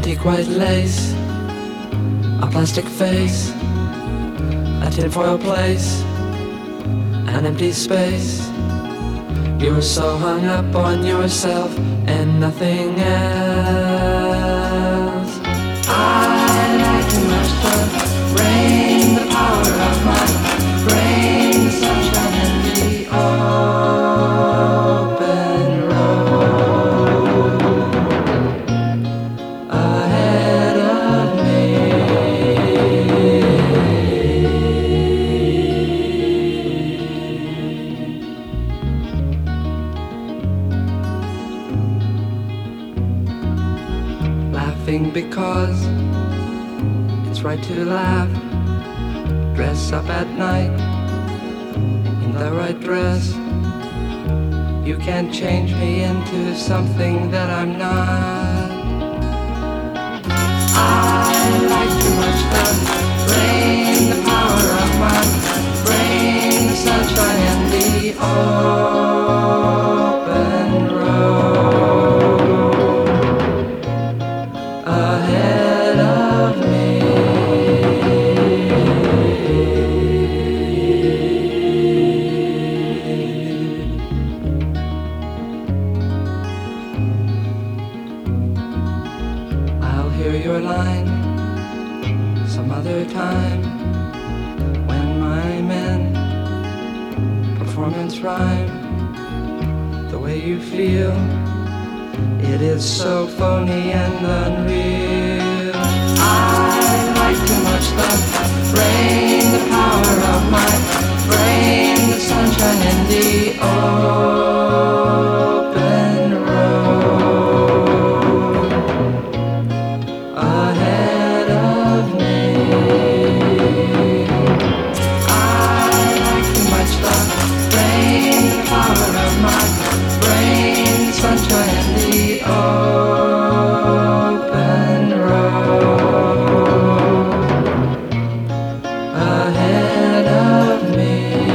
antique white lace, a plastic face, a tinfoil place, an empty space. You were so hung up on yourself and nothing else. I like too much the rain, the power of my brain, the sunshine and the open road ahead of me. Laughing because it's right to laugh. Dress up at night in the right dress. You can't change me into something that I'm not. I like too much the rain, the power of my brain, the sunshine and the open road ahead of me. I'll hear your line some other time when my men performance rhyme. The way you feel, it is so phony and unreal. I like too much the rain, the power of my brain, the sunshine and the open road ahead of me. I like too much the rain, the power of my brain, the sunshine and the open road ahead of me.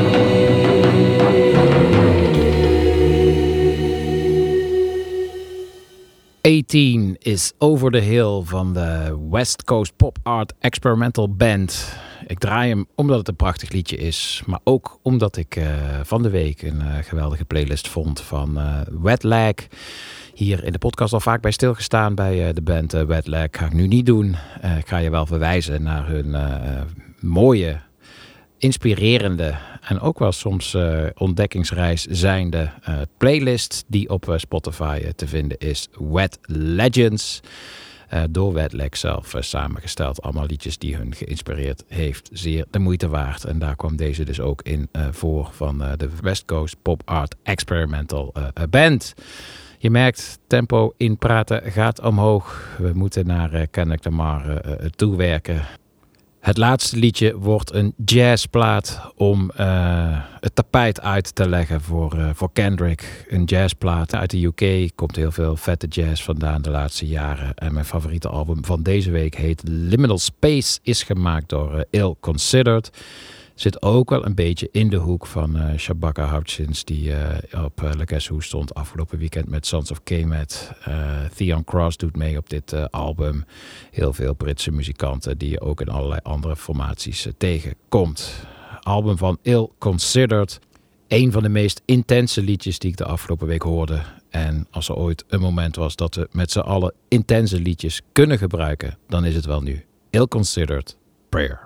18 is Over the Hill van de West Coast Pop Art Experimental Band. Ik draai hem omdat het een prachtig liedje is, maar ook omdat ik van de week een geweldige playlist vond van Wet Leg. Hier in de podcast al vaak bij stilgestaan bij de band Wet Leg. Ga ik nu niet doen. Ik ga je wel verwijzen naar hun mooie, inspirerende en ook wel soms ontdekkingsreis zijnde playlist die op Spotify te vinden is. Wet Legends. Door Wet Leg zelf samengesteld. Allemaal liedjes die hun geïnspireerd heeft. Zeer de moeite waard. En daar kwam deze dus ook in voor van de West Coast Pop Art Experimental Band. Je merkt, tempo in praten gaat omhoog. We moeten naar Kendrick Lamar toewerken. Het laatste liedje wordt een jazzplaat om het tapijt uit te leggen voor Kendrick. Een jazzplaat uit de UK. Komt heel veel vette jazz vandaan de laatste jaren. En mijn favoriete album van deze week heet Liminal Space. Is gemaakt door Ill Considered. Zit ook wel een beetje in de hoek van Shabaka Hutchins, die op Le Guess Who stond afgelopen weekend met Sons of Kemet. Theon Cross doet mee op dit album. Heel veel Britse muzikanten die je ook in allerlei andere formaties tegenkomt. Album van Ill Considered. Een van de meest intense liedjes die ik de afgelopen week hoorde. En als er ooit een moment was dat we met z'n allen intense liedjes kunnen gebruiken, dan is het wel nu. Ill Considered Prayer.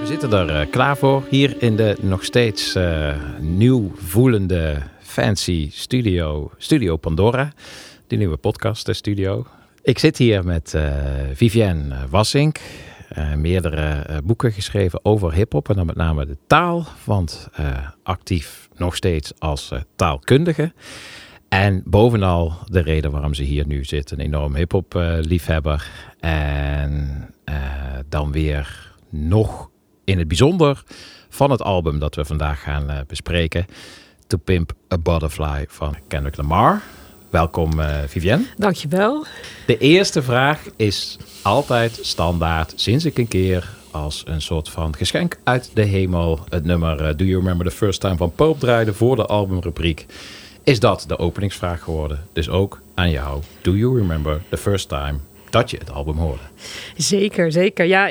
zitten er klaar voor. Hier in de nog steeds nieuw voelende fancy Studio Pandora. Die nieuwe podcaststudio. Ik zit hier met Vivienne Wassink. Meerdere boeken geschreven over hiphop en dan met name de taal. Want actief nog steeds als taalkundige. En bovenal de reden waarom ze hier nu zit. Een enorm hiphop liefhebber. En dan weer nog in het bijzonder van het album dat we vandaag gaan bespreken. To Pimp a Butterfly van Kendrick Lamar. Welkom Vivienne. Dankjewel. De eerste vraag is altijd standaard sinds ik een keer als een soort van geschenk uit de hemel het nummer Do You Remember the First Time van Pulp draaide voor de albumrubriek. Is dat de openingsvraag geworden? Dus ook aan jou. Do you remember the first time dat je het album hoorde? Zeker. Ja,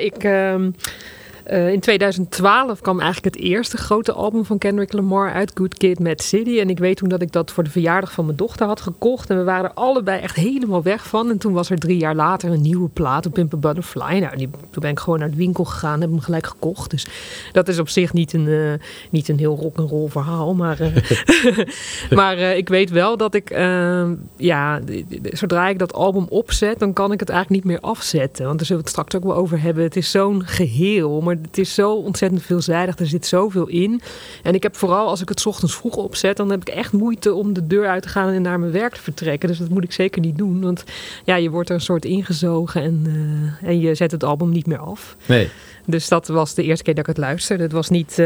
in 2012 kwam eigenlijk het eerste grote album van Kendrick Lamar uit, Good Kid, Mad City. En ik weet toen dat ik dat voor de verjaardag van mijn dochter had gekocht. En we waren er allebei echt helemaal weg van. En toen was er 3 jaar later een nieuwe plaat, To Pimp a Butterfly. Nou, toen ben ik gewoon naar de winkel gegaan en heb hem gelijk gekocht. Dus dat is op zich niet een heel rock'n'roll verhaal. Maar, maar ik weet wel dat ik, zodra ik dat album opzet, dan kan ik het eigenlijk niet meer afzetten. Want daar zullen we het straks ook wel over hebben. Het is zo'n geheel, maar het is zo ontzettend veelzijdig. Er zit zoveel in. En ik heb vooral, als ik het 's ochtends vroeg opzet, dan heb ik echt moeite om de deur uit te gaan en naar mijn werk te vertrekken. Dus dat moet ik zeker niet doen. Want ja, je wordt er een soort ingezogen en je zet het album niet meer af. Nee. Dus dat was de eerste keer dat ik het luisterde. Het was niet...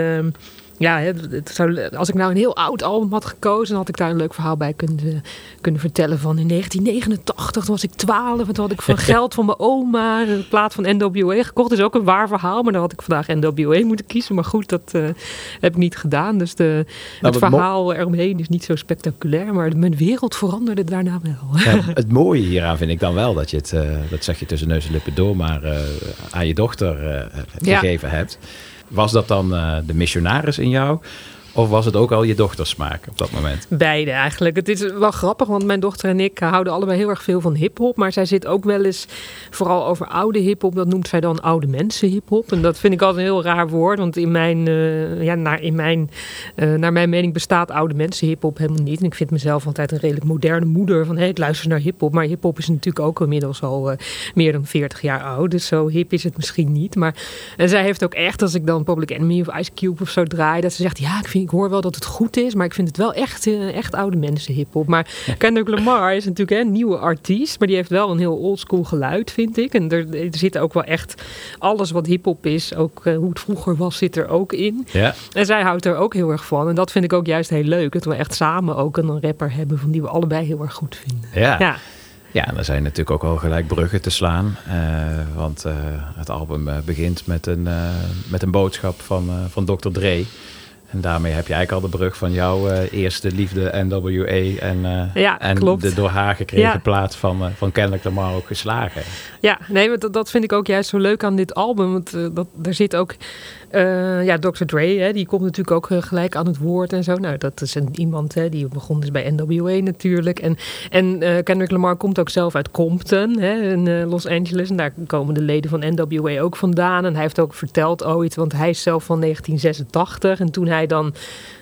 als ik nou een heel oud album had gekozen, dan had ik daar een leuk verhaal bij kunnen vertellen. Van in 1989, toen was ik 12 en toen had ik van geld van mijn oma een plaat van NWA gekocht. Dat is ook een waar verhaal, maar dan had ik vandaag NWA moeten kiezen. Maar goed, dat heb ik niet gedaan. Dus het verhaal eromheen is niet zo spectaculair, maar mijn wereld veranderde daarna wel. Ja, het mooie hieraan vind ik dan wel dat je het, dat zeg je tussen neus en lippen door, maar aan je dochter gegeven hebt. Was dat dan de missionaris in jou? Of was het ook al je dochtersmaak op dat moment? Beide eigenlijk. Het is wel grappig, want mijn dochter en ik houden allebei heel erg veel van hiphop. Maar zij zit ook wel eens vooral over oude hiphop. Dat noemt zij dan oude mensen hiphop. En dat vind ik altijd een heel raar woord. Want naar mijn mening bestaat oude mensen hiphop helemaal niet. En ik vind mezelf altijd een redelijk moderne moeder. Van ik luister naar hiphop. Maar hiphop is natuurlijk ook inmiddels al meer dan 40 jaar oud. Dus zo hip is het misschien niet. En zij heeft ook echt, als ik dan Public Enemy of Ice Cube of zo draai, dat ze zegt, ja, ik hoor wel dat het goed is, maar ik vind het wel echt oude mensen hiphop. Maar Kendrick Lamar is natuurlijk een nieuwe artiest, maar die heeft wel een heel oldschool geluid, vind ik. En er zit ook wel echt alles wat hiphop is, ook hoe het vroeger was, zit er ook in. Ja. En zij houdt er ook heel erg van. En dat vind ik ook juist heel leuk, dat we echt samen ook een rapper hebben van die we allebei heel erg goed vinden. Ja, en er zijn natuurlijk ook wel gelijk bruggen te slaan. Want het album begint met een boodschap van Dr. Dre. En daarmee heb je eigenlijk al de brug van jouw eerste liefde NWA en de door haar gekregen plaat van Kendrick Lamar ook geslagen. Ja, nee, dat vind ik ook juist zo leuk aan dit album. Want er zit ook Dr. Dre, die komt natuurlijk ook gelijk aan het woord en zo. Nou, dat is iemand die begon dus bij NWA natuurlijk. En Kendrick Lamar komt ook zelf uit Compton in Los Angeles. En daar komen de leden van NWA ook vandaan. En hij heeft ook verteld ooit, want hij is zelf van 1986. En toen hij dan,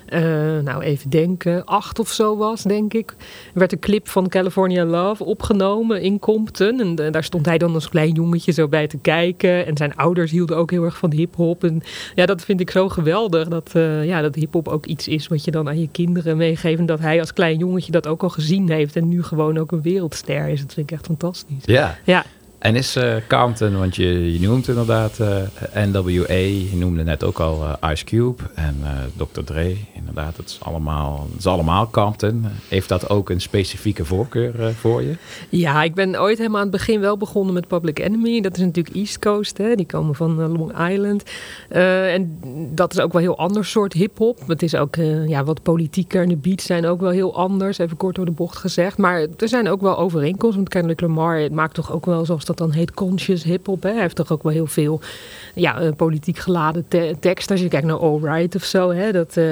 even denken, 8 of zo was, denk ik, werd een clip van California Love opgenomen in Compton. En daar stond hij dan als klein jongetje zo bij te kijken. En zijn ouders hielden ook heel erg van hiphop. En ja, dat vind ik zo geweldig. Dat hiphop ook iets is wat je dan aan je kinderen meegeeft. En dat hij als klein jongetje dat ook al gezien heeft. En nu gewoon ook een wereldster is. Dat vind ik echt fantastisch. Ja. En is Compton, want je noemt inderdaad NWA, je noemde net ook al Ice Cube en Dr. Dre. Inderdaad, het is allemaal Compton. Heeft dat ook een specifieke voorkeur voor je? Ja, ik ben ooit helemaal aan het begin wel begonnen met Public Enemy. Dat is natuurlijk East Coast, die komen van Long Island. En dat is ook wel een heel ander soort hiphop. Het is ook wat politieker en de beats zijn ook wel heel anders. Even kort door de bocht gezegd. Maar er zijn ook wel overeenkomsten. Want Kendrick Lamar maakt toch ook wel, zoals dat dan heet, conscious hiphop. Hij heeft toch ook wel heel veel politiek geladen tekst. Als je kijkt naar All Right of zo, dat gaat natuurlijk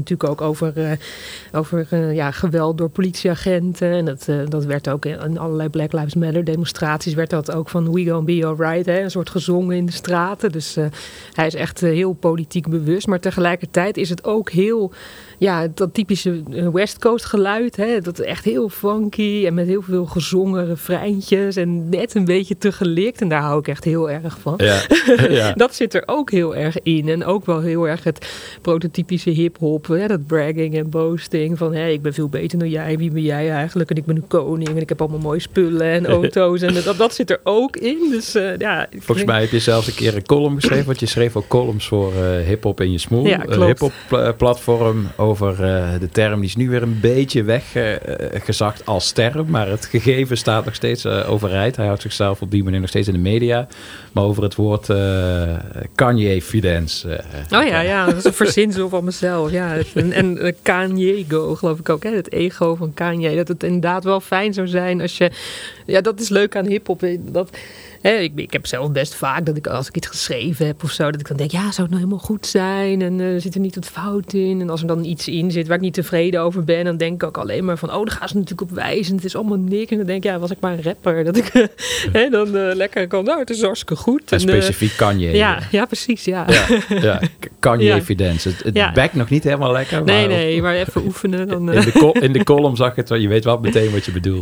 natuurlijk ook over geweld door politieagenten. En dat werd ook in allerlei Black Lives Matter demonstraties werd dat ook van we gonna be alright, hè, een soort gezongen in de straten. Dus hij is echt heel politiek bewust. Maar tegelijkertijd is het ook heel, dat typische West Coast geluid. Hè, dat echt heel funky en met heel veel gezongen refreintjes en net een beetje te gelikt. En daar hou ik echt heel erg van. Ja. Ja. Dat zit er ook heel erg in. En ook wel heel erg het prototypische hip-hop. Dat bragging en boasting. Van ik ben veel beter dan jij. Wie ben jij eigenlijk? En ik ben een koning. En ik heb allemaal mooie spullen en auto's. En dat zit er ook in. Dus Volgens mij heb je zelfs een keer een column geschreven. Want je schreef ook columns voor hip-hop in je smoel. Ja, een hip-hop platform over de term. Die is nu weer een beetje weggezakt als term. Maar het gegeven staat nog steeds overeind. Hij houdt zichzelf op die manier nog steeds in de media. Maar over het woord Kanye-fidence. Dat is een verzinsel van mezelf. Ja. En Kanye-go, geloof ik ook. Hè? Het ego van Kanye. Dat het inderdaad wel fijn zou zijn als je... Ja, dat is leuk aan hiphop. Ik heb zelf best vaak dat als ik iets geschreven heb of zo, dat ik dan denk, zou het nou helemaal goed zijn? En zit er niet wat fout in? En als er dan iets in zit waar ik niet tevreden over ben, dan denk ik ook alleen maar van, daar gaan ze natuurlijk op wijzen. Het is allemaal niks. En dan denk ik, was ik maar een rapper. Dat ik dan lekker kan, het is hartstikke goed. En specifiek Kanye. Ja, precies, ja. Kanye-evidence. Het bekt nog niet helemaal lekker. Nee, maar even oefenen. Dan, in de column zag je het wel. Je weet wel meteen wat je bedoelt.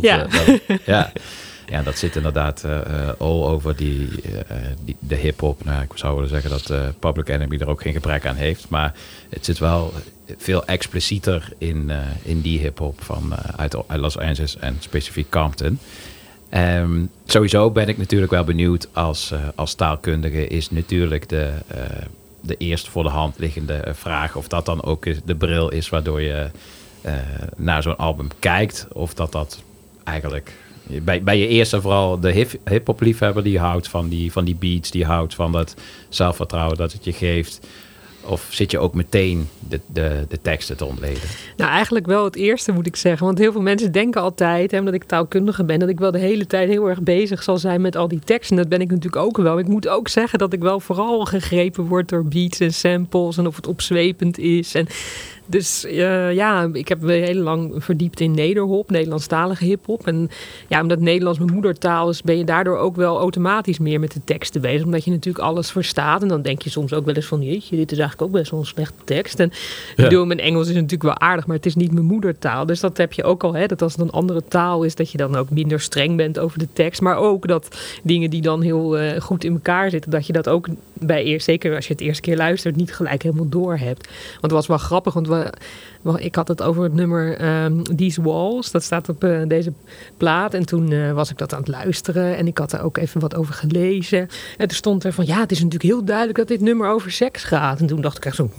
Ja, dat zit inderdaad all over de hip-hop. Nou, ik zou willen zeggen dat Public Enemy er ook geen gebrek aan heeft. Maar het zit wel veel explicieter in die hip-hop uit Los Angeles en specifiek Compton. Sowieso ben ik natuurlijk wel benieuwd als taalkundige is natuurlijk de eerst voor de hand liggende vraag of dat dan ook de bril is waardoor je naar zo'n album kijkt. Of dat eigenlijk... Bij je eerst en vooral de hip-hop liefhebber die houdt van die beats, die houdt van dat zelfvertrouwen dat het je geeft. Of zit je ook meteen de teksten te ontleden? Nou, eigenlijk wel het eerste moet ik zeggen. Want heel veel mensen denken altijd, omdat ik taalkundige ben, dat ik wel de hele tijd heel erg bezig zal zijn met al die teksten. Dat ben ik natuurlijk ook wel. Ik moet ook zeggen dat ik wel vooral gegrepen word door beats en samples en of het opzwepend is. En dus ik heb me heel lang verdiept in nederhop, Nederlandstalige hiphop. En omdat Nederlands mijn moedertaal is, ben je daardoor ook wel automatisch meer met de teksten bezig. Omdat je natuurlijk alles verstaat. En dan denk je soms ook wel eens van, jeetje, dit is eigenlijk ook best wel een slechte tekst. En mijn Engels is natuurlijk wel aardig, maar het is niet mijn moedertaal. Dus dat heb je ook al, dat als het een andere taal is, dat je dan ook minder streng bent over de tekst. Maar ook dat dingen die dan heel goed in elkaar zitten, dat je dat ook zeker als je het eerste keer luistert, niet gelijk helemaal door hebt. Want het was wel grappig, want ik had het over het nummer These Walls. Dat staat op deze plaat. En toen was ik dat aan het luisteren. En ik had er ook even wat over gelezen. En toen stond er van, het is natuurlijk heel duidelijk dat dit nummer over seks gaat. En toen dacht ik echt zo,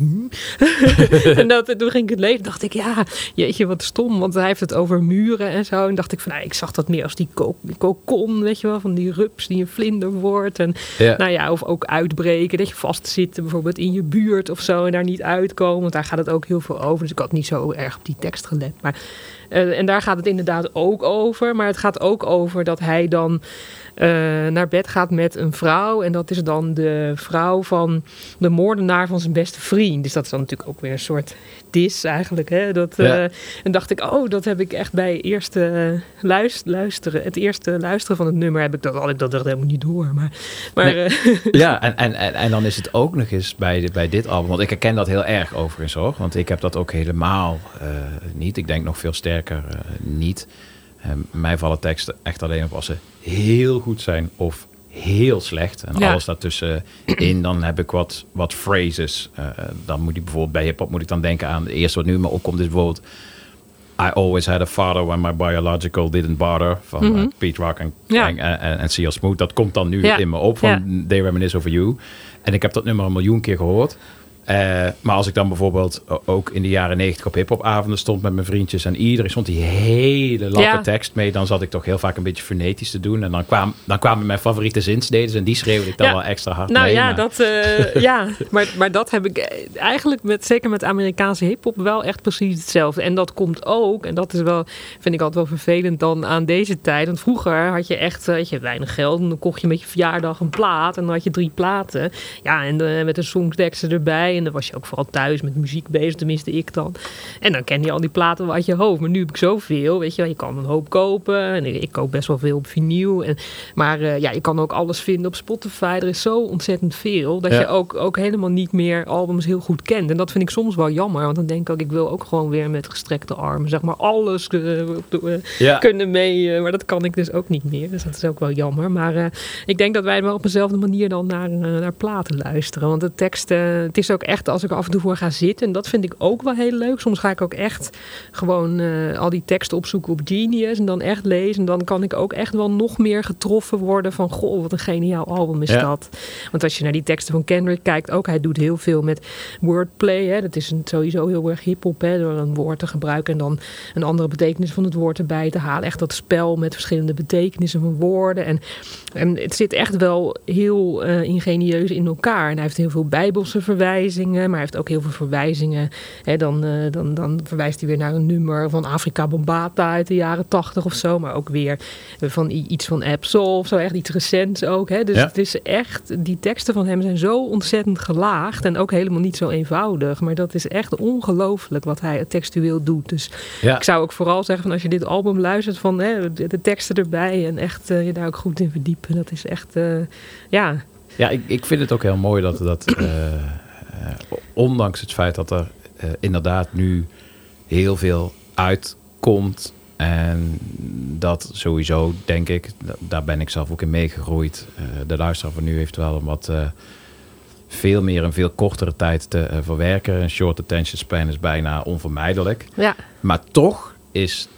En toen ging ik het lezen. Dacht ik, jeetje, wat stom. Want hij heeft het over muren en zo. En dacht ik van, ik zag dat meer als die kokon, weet je wel. Van die rups die een vlinder wordt. En of ook uitbreken. Dat je vastzit bijvoorbeeld in je buurt of zo. En daar niet uitkomen. Want daar gaat het ook heel veel over. Dus ik had niet zo erg op die tekst gelet. Maar, en daar gaat het inderdaad ook over. Maar het gaat ook over dat hij dan naar bed gaat met een vrouw. En dat is dan de vrouw van de moordenaar van zijn beste vriend. Dus dat is dan natuurlijk ook weer een soort dis eigenlijk. Hè? En dacht ik, dat heb ik echt bij het eerste luisteren van het nummer had ik dat helemaal niet door. En dan is het ook nog eens bij dit album. Want ik herken dat heel erg overigens hoor. Want ik heb dat ook helemaal niet. Ik denk nog veel sterker niet. Mij vallen teksten echt alleen op als ze heel goed zijn of heel slecht. En alles daartussenin, dan heb ik wat phrases. Dan moet ik bijvoorbeeld bij hip-hop moet ik dan denken aan het eerste wat nu me opkomt is bijvoorbeeld I always had a father when my biological didn't bother. Van Pete Rock en C.L. Smooth. Dat komt dan nu in me op van They Reminisce Over You. En ik heb dat nummer 1 miljoen keer gehoord. Maar als ik dan bijvoorbeeld ook in de jaren 90 op hiphopavonden stond met mijn vriendjes en iedereen stond die hele lappe tekst mee, dan zat ik toch heel vaak een beetje fonetisch te doen. En dan kwamen mijn favoriete zinsneden en die schreeuwde ik dan wel extra hard mee. Maar dat heb ik eigenlijk zeker met Amerikaanse hiphop wel echt precies hetzelfde. En dat komt ook, en dat is wel, vind ik altijd wel vervelend dan aan deze tijd. Want vroeger had je echt weinig geld en dan kocht je met je verjaardag een plaat en dan had je 3 platen. Ja, en met een songteksten erbij. En dan was je ook vooral thuis met muziek bezig, tenminste ik dan. En dan ken je al die platen uit je hoofd. Maar nu heb ik zoveel, weet je wel. Je kan een hoop kopen. En ik koop best wel veel op vinyl. Maar je kan ook alles vinden op Spotify. Er is zo ontzettend veel. Dat je ook helemaal niet meer albums heel goed kent. En dat vind ik soms wel jammer. Want dan denk ik ook, ik wil ook gewoon weer met gestrekte armen, zeg maar, alles kunnen mee. Maar dat kan ik dus ook niet meer. Dus dat is ook wel jammer. Maar ik denk dat wij wel op dezelfde manier dan naar platen luisteren. Want de tekst, het is ook echt als ik af en toe voor ga zitten. En dat vind ik ook wel heel leuk. Soms ga ik ook echt gewoon al die teksten opzoeken op Genius. En dan echt lezen. En dan kan ik ook echt wel nog meer getroffen worden van, goh, wat een geniaal album is dat. Want als je naar die teksten van Kendrick kijkt ook, hij doet heel veel met wordplay. Hè. Dat is sowieso heel erg hiphop, hè, door een woord te gebruiken en dan een andere betekenis van het woord erbij te halen. Echt dat spel met verschillende betekenissen van woorden. En het zit echt wel heel ingenieus in elkaar. En hij heeft heel veel bijbelse verwijzingen, maar hij heeft ook heel veel verwijzingen. Hè, dan verwijst hij weer naar een nummer van Afrika Bambaataa uit de jaren 80 of zo, maar ook weer van iets van Absol of zo, echt iets recents ook. Hè. Dus het is echt, die teksten van hem zijn zo ontzettend gelaagd en ook helemaal niet zo eenvoudig. Maar dat is echt ongelooflijk wat hij textueel doet. Dus ik zou ook vooral zeggen van als je dit album luistert van de teksten erbij en echt je daar ook goed in verdiepen. Dat is echt, Ja, ik vind het ook heel mooi dat ondanks het feit dat er inderdaad nu heel veel uitkomt. En dat sowieso, denk ik, daar ben ik zelf ook in meegegroeid. De luisteraar van nu heeft wel een wat veel meer en veel kortere tijd te verwerken. Een short attention span is bijna onvermijdelijk. Ja. Maar toch is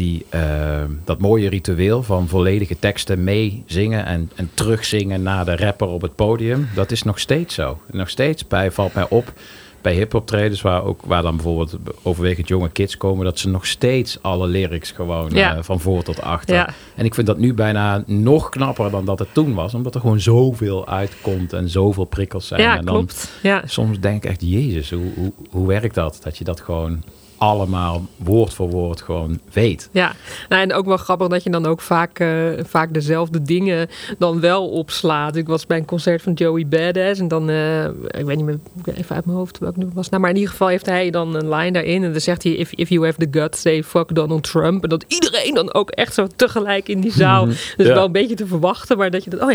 dat mooie ritueel van volledige teksten meezingen en terugzingen naar de rapper op het podium, dat is nog steeds zo. Nog steeds valt mij op bij hip-optredens waar dan bijvoorbeeld overwegend jonge kids komen, dat ze nog steeds alle lyrics gewoon van voor tot achter. Ja. En ik vind dat nu bijna nog knapper dan dat het toen was, omdat er gewoon zoveel uitkomt en zoveel prikkels zijn. Ja, en dan klopt. Ja. Soms denk ik echt, Jezus, hoe werkt dat? Dat je dat gewoon allemaal woord voor woord gewoon weet. Ja, nou, en ook wel grappig dat je dan ook vaak dezelfde dingen dan wel opslaat. Ik was bij een concert van Joey Badass en dan, ik weet niet meer even uit mijn hoofd welk nummer was. Nou, maar in ieder geval heeft hij dan een line daarin en dan zegt hij, if you have the guts, say fuck Donald Trump. En dat iedereen dan ook echt zo tegelijk in die zaal. Dus wel een beetje te verwachten, maar dat je dat,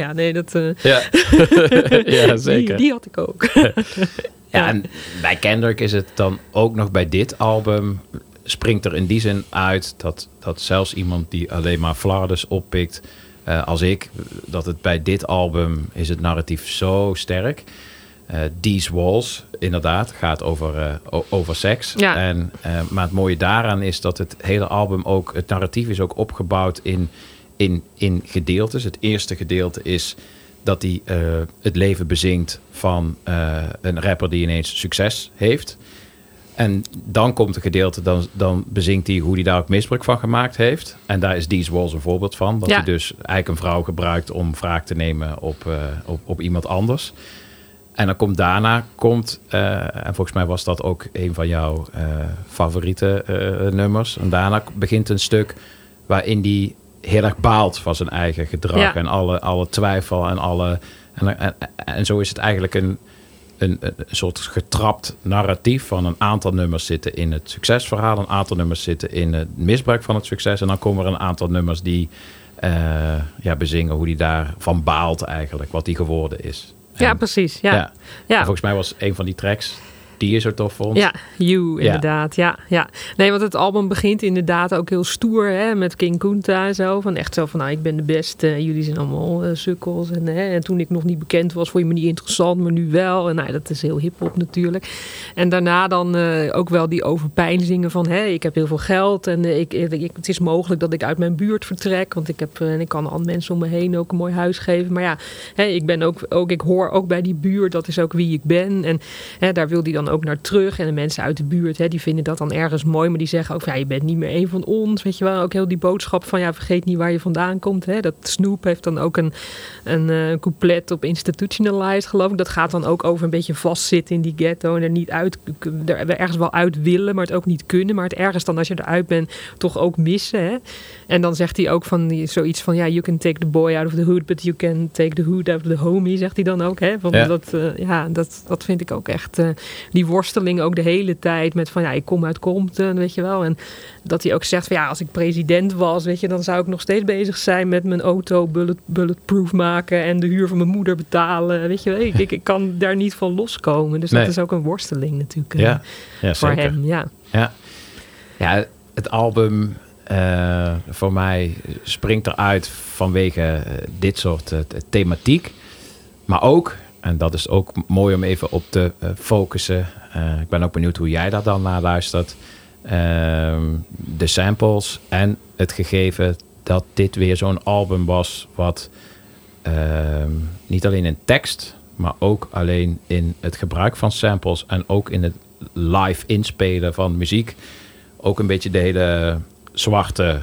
ja, zeker. Die had ik ook. Ja, en bij Kendrick is het dan ook nog bij dit album, springt er in die zin uit dat zelfs iemand die alleen maar flardes oppikt als ik, dat het bij dit album is het narratief zo sterk. These Walls, inderdaad, gaat over seks. Ja. Maar het mooie daaraan is dat het hele album ook, het narratief is ook opgebouwd in gedeeltes. Het eerste gedeelte is dat hij het leven bezingt van een rapper die ineens succes heeft. En dan komt een gedeelte, dan bezingt hij hoe hij daar ook misbruik van gemaakt heeft. En daar is These Walls een voorbeeld van. Dat hij dus eigenlijk een vrouw gebruikt om wraak te nemen op iemand anders. En dan komt daarna, en volgens mij was dat ook een van jouw favoriete nummers. En daarna begint een stuk waarin hij heel erg baalt van zijn eigen gedrag en alle twijfel en zo is het eigenlijk een soort getrapt narratief van een aantal nummers zitten in het succesverhaal, een aantal nummers zitten in het misbruik van het succes en dan komen er een aantal nummers die bezingen hoe hij daarvan baalt eigenlijk, wat hij geworden is. Ja, precies. Ja. En volgens mij was een van die tracks die je zo tof vond. Ja, You inderdaad. Ja. Nee, want het album begint inderdaad ook heel stoer, hè, met King Kunta en zo. Van echt zo van, nou, ik ben de beste, jullie zijn allemaal sukkels. En toen ik nog niet bekend was, vond je me niet interessant, maar nu wel. En nou, dat is heel hiphop natuurlijk. En daarna dan ook wel die overpeinzingen van, ik heb heel veel geld en het is mogelijk dat ik uit mijn buurt vertrek, want ik kan aan mensen om me heen ook een mooi huis geven. Maar ja, ik ben ook ik hoor ook bij die buurt, dat is ook wie ik ben. En daar wil hij dan dan ook naar terug. En de mensen uit de buurt, hè, die vinden dat dan ergens mooi. Maar die zeggen ook, je bent niet meer een van ons. Weet je wel, ook heel die boodschap van, vergeet niet waar je vandaan komt. Hè. Dat Snoop heeft dan ook een couplet op Institutionalized, geloof ik. Dat gaat dan ook over een beetje vastzitten in die ghetto. En er ergens wel uit willen, maar het ook niet kunnen. Maar het ergens dan, als je eruit bent, toch ook missen. Hè. En dan zegt hij ook zoiets van, you can take the boy out of the hood, but you can take the hood out of the homie, zegt hij dan ook. Hè. Dat vind ik ook echt, die worsteling ook de hele tijd met van, ik kom uit Compton, weet je wel. En dat hij ook zegt van, als ik president was, weet je, dan zou ik nog steeds bezig zijn met mijn auto bulletproof maken en de huur van mijn moeder betalen. Weet je wel, ik kan daar niet van loskomen. Dus dat is ook een worsteling natuurlijk voor zeker. hem. Ja, het album voor mij springt eruit vanwege dit soort thematiek. Maar ook, en dat is ook mooi om even op te focussen. Ik ben ook benieuwd hoe jij daar dan naar luistert. De samples en het gegeven dat dit weer zo'n album was wat niet alleen in tekst, maar ook alleen in het gebruik van samples en ook in het live inspelen van muziek ook een beetje de hele zwarte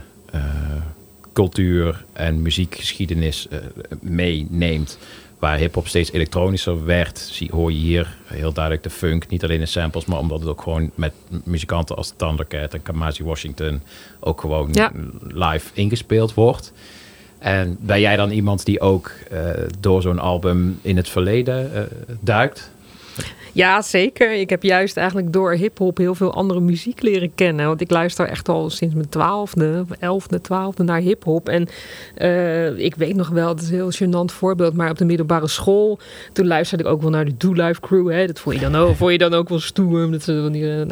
cultuur en muziekgeschiedenis meeneemt. Waar hip-hop steeds elektronischer werd, hoor je hier heel duidelijk de funk. Niet alleen in samples, maar omdat het ook gewoon met muzikanten als Thundercat en Kamasi Washington ook gewoon live ingespeeld wordt. En ben jij dan iemand die ook door zo'n album in het verleden duikt? Ja, zeker. Ik heb juist eigenlijk door hiphop heel veel andere muziek leren kennen. Want ik luister echt al sinds mijn 11e naar hiphop. En ik weet nog wel, het is een heel gênant voorbeeld, maar op de middelbare school, toen luisterde ik ook wel naar de Do Life Crew. Hè. Dat vond je dan ook wel stoer, omdat ze van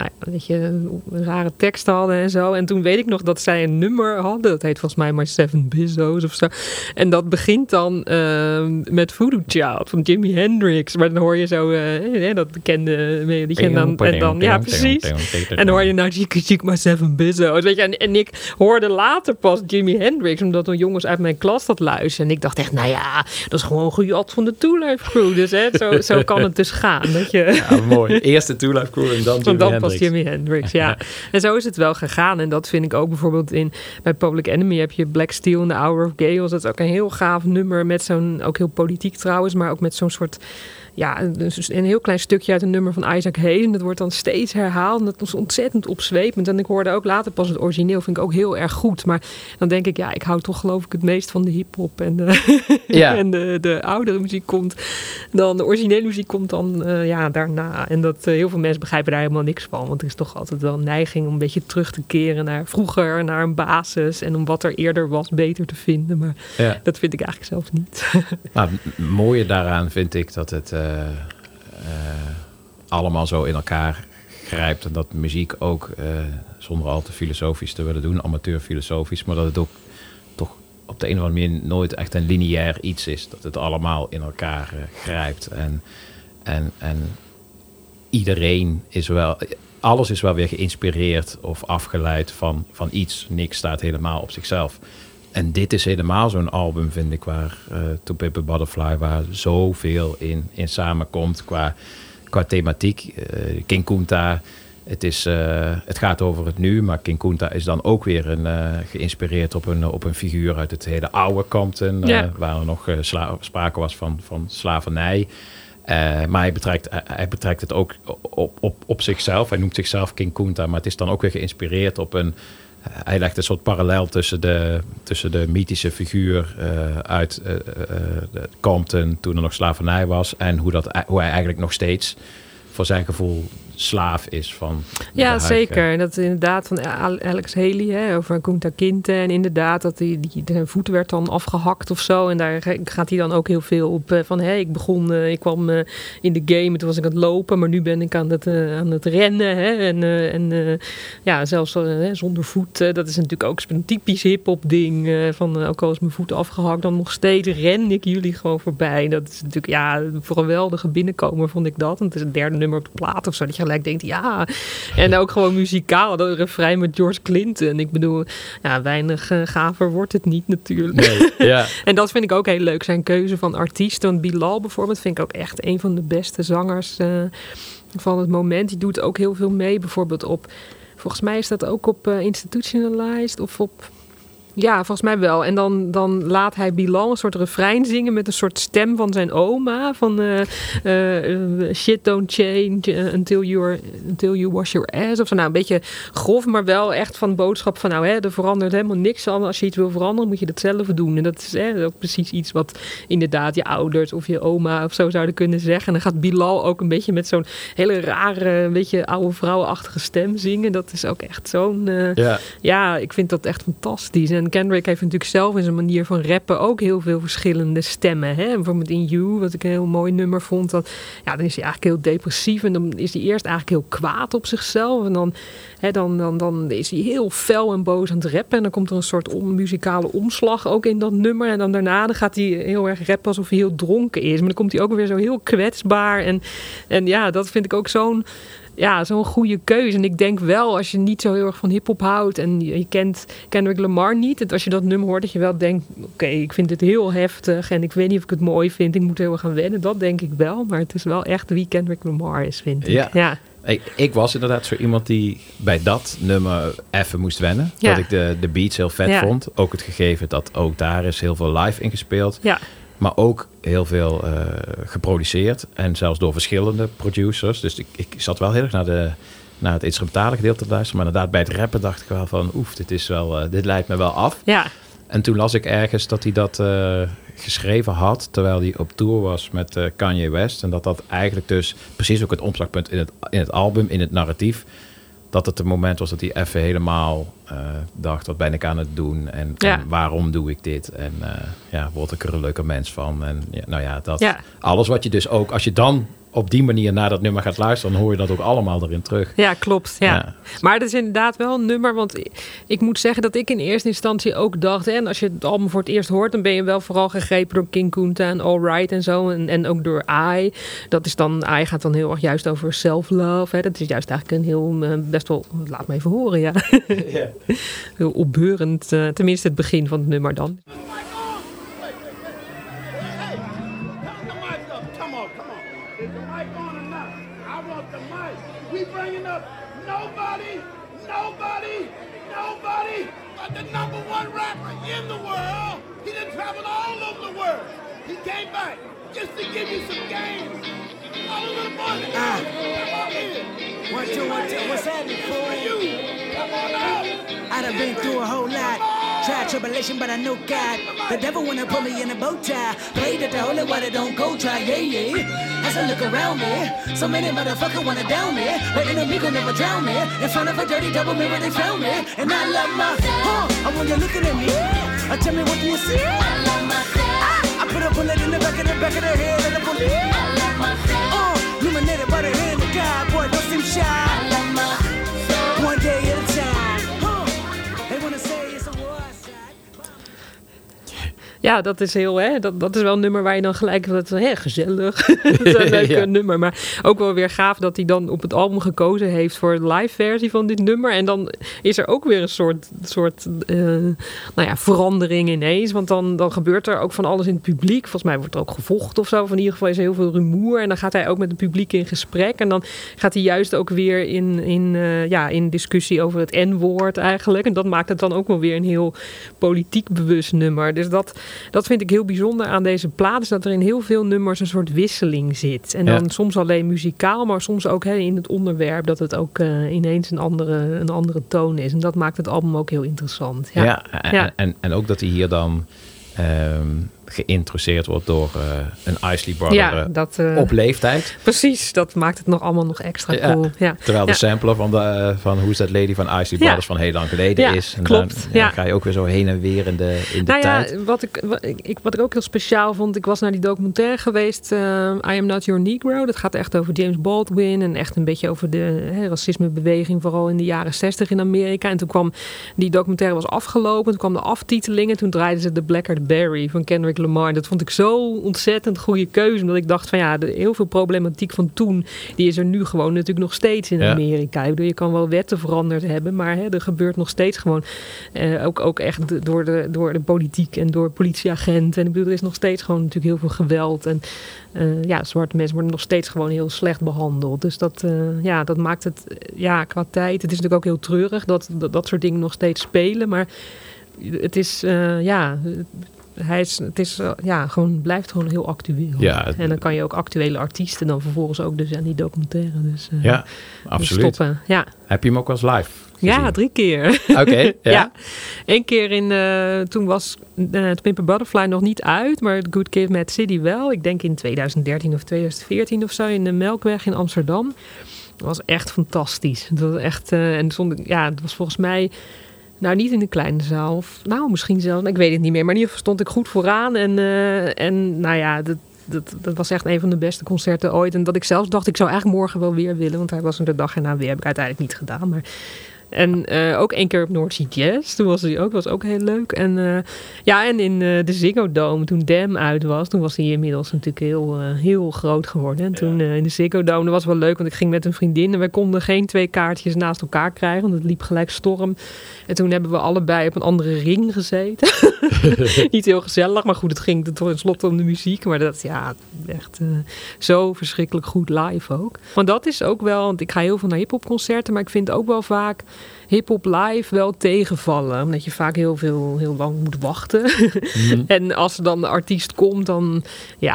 die rare teksten hadden en zo. En toen weet ik nog dat zij een nummer hadden. Dat heet volgens mij maar 7 Bizzo's of zo. En dat begint dan met Voodoo Child van Jimi Hendrix. Maar dan hoor je zo dat bekende melodie. En dan ja, precies. En dan hoor je nou ziek maar 7 Bizzo's. Weet je, en ik hoorde later pas Jimi Hendrix, omdat er jongens uit mijn klas dat luisteren. En ik dacht echt, dat is gewoon een gejat van de Two Life Crew. Dus zo kan het dus gaan. Dat je Ja, mooi. Eerst de Two Life Crew en dan Jimi Hendrix. pas Jimi Hendrix, ja. En zo is het wel gegaan. En dat vind ik ook bijvoorbeeld bij Public Enemy heb je Black Steel en The Hour of Chaos. Dat is ook een heel gaaf nummer met ook heel politiek trouwens, maar ook met zo'n soort een heel klein stukje uit een nummer van Isaac Hayes. En dat wordt dan steeds herhaald. En dat was ontzettend opzwepend. En ik hoorde ook later pas het origineel. Vind ik ook heel erg goed. Maar dan denk ik, ik hou toch geloof ik het meest van de hiphop. En de oudere muziek komt dan. De originele muziek komt dan daarna. En dat heel veel mensen begrijpen daar helemaal niks van. Want er is toch altijd wel een neiging om een beetje terug te keren naar vroeger. Naar een basis. En om wat er eerder was beter te vinden. Maar dat vind ik eigenlijk zelf niet. Nou, het mooie daaraan vind ik dat het allemaal zo in elkaar grijpt. En dat muziek ook, zonder al te filosofisch te willen doen, amateurfilosofisch, maar dat het ook toch op de een of andere manier nooit echt een lineair iets is. Dat het allemaal in elkaar grijpt. En iedereen is wel, alles is wel weer geïnspireerd of afgeleid van iets. Niks staat helemaal op zichzelf. En dit is helemaal zo'n album, vind ik, waar To Pimp a Butterfly, waar zoveel in samenkomt qua thematiek. King Kunta, het gaat over het nu, maar King Kunta is dan ook weer geïnspireerd op een figuur uit het hele oude Compton, waar er nog sprake was van slavernij. Maar hij betrekt het ook op zichzelf. Hij noemt zichzelf King Kunta, maar het is dan ook weer geïnspireerd op hij legt een soort parallel tussen de mythische figuur uit Compton toen er nog slavernij was en hoe hij eigenlijk nog steeds voor zijn gevoel slaaf is van. Ja, zeker. Dat inderdaad van Alex Haley over Kunta Kinte. En inderdaad dat zijn voet werd dan afgehakt of zo. En daar gaat hij dan ook heel veel op van ik kwam in de game, toen was ik aan het lopen, maar nu ben ik aan het rennen. En zelfs zonder voet. Dat is natuurlijk ook een typisch hip-hop ding. Van ook al is mijn voet afgehakt, dan nog steeds ren ik jullie gewoon voorbij. Dat is natuurlijk een geweldige binnenkomer, vond ik dat. En het is het 3e nummer op de plaat of zo. Dat je gelijk denkt, ja. En ook gewoon muzikaal, dat refrein met George Clinton. Ik bedoel, ja, weinig gaver wordt het niet natuurlijk. Nee, ja. En dat vind ik ook heel leuk, zijn keuze van artiesten. Want Bilal bijvoorbeeld vind ik ook echt een van de beste zangers van het moment. Die doet ook heel veel mee, bijvoorbeeld volgens mij is dat ook op Institutionalized of op... Ja, volgens mij wel. En dan laat hij Bilal een soort refrein zingen met een soort stem van zijn oma. Van shit don't change until you wash your ass. Of zo. Nou, een beetje grof, maar wel echt van boodschap van er verandert helemaal niks. Als je iets wil veranderen, moet je dat zelf doen. En dat is ook precies iets wat inderdaad je ouders of je oma of zo zouden kunnen zeggen. En dan gaat Bilal ook een beetje met zo'n hele rare, een beetje oude vrouwenachtige stem zingen. Dat is ook echt zo'n... Ja, ik vind dat echt fantastisch. En Kendrick heeft natuurlijk zelf in zijn manier van rappen ook heel veel verschillende stemmen. Hè? Bijvoorbeeld in You, wat ik een heel mooi nummer vond. Dan is hij eigenlijk heel depressief. En dan is hij eerst eigenlijk heel kwaad op zichzelf. En dan is hij heel fel en boos aan het rappen. En dan komt er een soort muzikale omslag ook in dat nummer. En dan daarna gaat hij heel erg rappen alsof hij heel dronken is. Maar dan komt hij ook weer zo heel kwetsbaar. En ja, dat vind ik ook zo'n goede keuze. En ik denk wel, als je niet zo heel erg van hiphop houdt en je kent Kendrick Lamar niet, dat als je dat nummer hoort, dat je wel denkt, oké, ik vind dit heel heftig en ik weet niet of ik het mooi vind. Ik moet heel erg gaan wennen. Dat denk ik wel. Maar het is wel echt wie Kendrick Lamar is, vind ik. Ja. Ik was inderdaad zo iemand die bij dat nummer even moest wennen. Ja. Dat ik de beats heel vet vond. Ook het gegeven dat ook daar is heel veel live ingespeeld. Ja. Maar ook heel veel geproduceerd. En zelfs door verschillende producers. Dus ik zat wel heel erg naar het instrumentale gedeelte te luisteren. Maar inderdaad, bij het rappen dacht ik wel van... dit leidt me wel af. Ja. En toen las ik ergens dat hij dat geschreven had... terwijl hij op tour was met Kanye West. En dat eigenlijk dus precies ook het omslagpunt in het album, in het narratief... dat het moment was dat hij even helemaal dacht... wat ben ik aan het doen en waarom doe ik dit? En word ik er een leuker mens van? En alles wat je dus ook... als je dan op die manier naar dat nummer gaat luisteren... dan hoor je dat ook allemaal erin terug. Ja, klopt. Ja. Maar dat is inderdaad wel een nummer... want ik moet zeggen dat ik in eerste instantie ook dacht... en als je het album voor het eerst hoort... dan ben je wel vooral gegrepen door King Kunta en All Right en zo... en ook door I. Dat is dan... I gaat dan heel erg juist over self-love. Hè. Dat is juist eigenlijk een heel... best wel... laat me even horen, ja. Heel opbeurend. Tenminste het begin van het nummer dan. The number one rapper in the world. He done traveled all over the world. He came back just to give you some games. All over the morning. Come on in. One, two, what's happening, fool? You. Come on out. I done been through a whole lot. Tried tribulation, but I know God. The devil wanna put me in a bow tie. Played at the holy water, don't go try, yeah. As I look around me, so many motherfuckers wanna down me. But an amigo never drown me. In front of a dirty double mirror, they found me. And I love my, I want you looking at me. Tell me what do you see? I love myself. I put a bullet in the back of the head of the bullet. I love myself. Illuminated by the hand of God, boy, don't seem shy. I love myself. One day at a time. They wanna say it's a war side. Ja, dat is heel, dat is wel een nummer waar je dan gelijk gezellig. Dat is een leuk nummer. Maar ook wel weer gaaf dat hij dan op het album gekozen heeft voor de live versie van dit nummer. En dan is er ook weer een soort verandering ineens. Want dan gebeurt er ook van alles in het publiek. Volgens mij wordt er ook gevochten of zo. Van in ieder geval is er heel veel rumoer. En dan gaat hij ook met het publiek in gesprek. En dan gaat hij juist ook weer in discussie over het N-woord eigenlijk. En dat maakt het dan ook wel weer een heel politiek bewust nummer. Dus dat vind ik heel bijzonder aan deze plaat. Is dat er in heel veel nummers een soort wisseling zit. En dan soms alleen muzikaal, maar soms ook in het onderwerp. Dat het ook ineens een andere toon is. En dat maakt het album ook heel interessant. En ook dat hij hier dan... geïntroduceerd wordt door een Isley Brother op leeftijd. Precies, dat maakt het allemaal nog extra cool. Ja. Terwijl de sampler van Who's That Lady van Isley Brothers van heel lang geleden is. En klopt. Dan ga je ook weer zo heen en weer in de tijd. Wat ik ook heel speciaal vond, ik was naar die documentaire geweest, I Am Not Your Negro. Dat gaat echt over James Baldwin en echt een beetje over de racismebeweging, vooral in de jaren 60 in Amerika. En toen kwam die documentaire was afgelopen, toen kwam de aftiteling en toen draaiden ze The Blacker the Berry van Kendrick Lamar. Dat vond ik zo ontzettend goede keuze. Omdat ik dacht van heel veel problematiek van toen, die is er nu gewoon natuurlijk nog steeds in Amerika. Ik bedoel, je kan wel wetten veranderd hebben, maar er gebeurt nog steeds gewoon ook echt door de politiek en door politieagenten. En ik bedoel, er is nog steeds gewoon natuurlijk heel veel geweld. En zwarte mensen worden nog steeds gewoon heel slecht behandeld. Dus dat maakt het qua tijd. Het is natuurlijk ook heel treurig dat soort dingen nog steeds spelen. Maar het is blijft gewoon heel actueel. Ja, en dan kan je ook actuele artiesten dan vervolgens ook dus aan die documentaire. Dus, absoluut. Stoppen. Ja. Heb je hem ook wel eens live gezien? Ja, 3 keer. Oké, ja. 1 keer toen was To Pimp a Butterfly nog niet uit, maar Good Kid, Mad City wel. Ik denk in 2013 of 2014 of zo in de Melkweg in Amsterdam. Dat was echt fantastisch. Dat was echt, het was volgens mij niet in de kleine zaal. Of misschien zelfs, ik weet het niet meer. Maar in ieder geval stond ik goed vooraan. Dat was echt een van de beste concerten ooit. En dat ik zelfs dacht, ik zou eigenlijk morgen wel weer willen. Want hij was er de dag erna weer. Heb ik uiteindelijk niet gedaan. Maar En ook 1 keer op North Sea Jazz. Toen was hij ook, was ook heel leuk. En in de Ziggo Dome, toen Damn uit was, toen was hij inmiddels natuurlijk heel groot geworden. En toen in de Ziggo Dome, dat was wel leuk, want ik ging met een vriendin en wij konden geen 2 kaartjes naast elkaar krijgen, want het liep gelijk storm. En toen hebben we allebei op een andere ring gezeten. Niet heel gezellig, maar goed, het ging tenslotte om de muziek. Maar dat, echt zo verschrikkelijk goed live ook. Want dat is ook wel, want ik ga heel veel naar hiphop concerten, maar ik vind ook wel vaak hiphop live wel tegenvallen. Omdat je vaak heel lang moet wachten. Mm. En als er dan de artiest komt, dan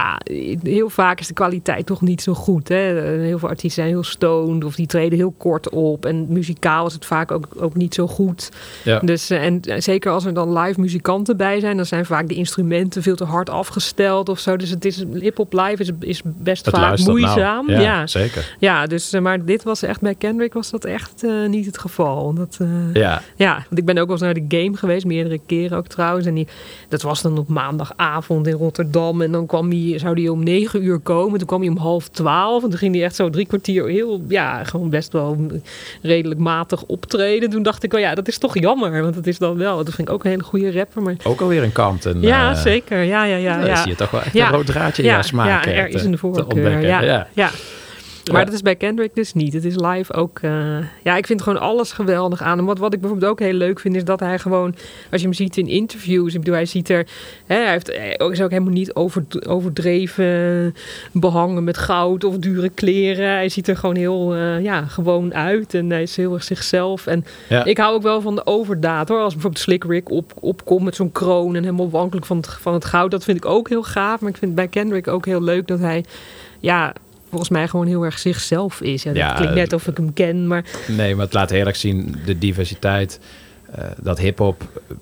heel vaak is de kwaliteit toch niet zo goed. Hè? Heel veel artiesten zijn heel stoned of die treden heel kort op. En muzikaal is het vaak ook niet zo goed. Ja. Dus, en zeker als er dan live muzikanten bij zijn, dan zijn vaak de instrumenten veel te hard afgesteld of zo. Dus het is hiphop live is best het vaak moeizaam. Nou. Ja, zeker. Ja, dus, maar dit was echt, bij Kendrick was dat echt niet het geval. Want ik ben ook wel eens naar de Game geweest, meerdere keren ook trouwens. En dat was dan op maandagavond in Rotterdam. En dan zou hij om 9 uur komen. Toen kwam hij om 11:30. En toen ging hij echt zo 3 kwartier gewoon best wel redelijk matig optreden. Toen dacht ik wel, dat is toch jammer. Want het is dan wel, dat vind ik ook een hele goede rapper. Maar ook alweer een kant. Ja, zeker. Ja. Dan zie je toch wel echt een rood draadje in jouw smaak. Ja, er is een voorkeur. Ja. Maar dat is bij Kendrick dus niet. Het is live ook... ik vind gewoon alles geweldig aan hem. Wat ik bijvoorbeeld ook heel leuk vind, is dat hij gewoon... Als je hem ziet in interviews... Ik bedoel, hij ziet er... Hij is ook helemaal niet overdreven behangen met goud of dure kleren. Hij ziet er gewoon heel gewoon uit. En hij is heel erg zichzelf. En ik hou ook wel van de overdaad, hoor. Als bijvoorbeeld Slick Rick opkomt met zo'n kroon... en helemaal afhankelijk van het goud. Dat vind ik ook heel gaaf. Maar ik vind bij Kendrick ook heel leuk dat hij... volgens mij gewoon heel erg zichzelf is. Ja, dat klinkt net of ik hem ken, maar... Nee, maar het laat heel erg zien de diversiteit. Dat hiphop,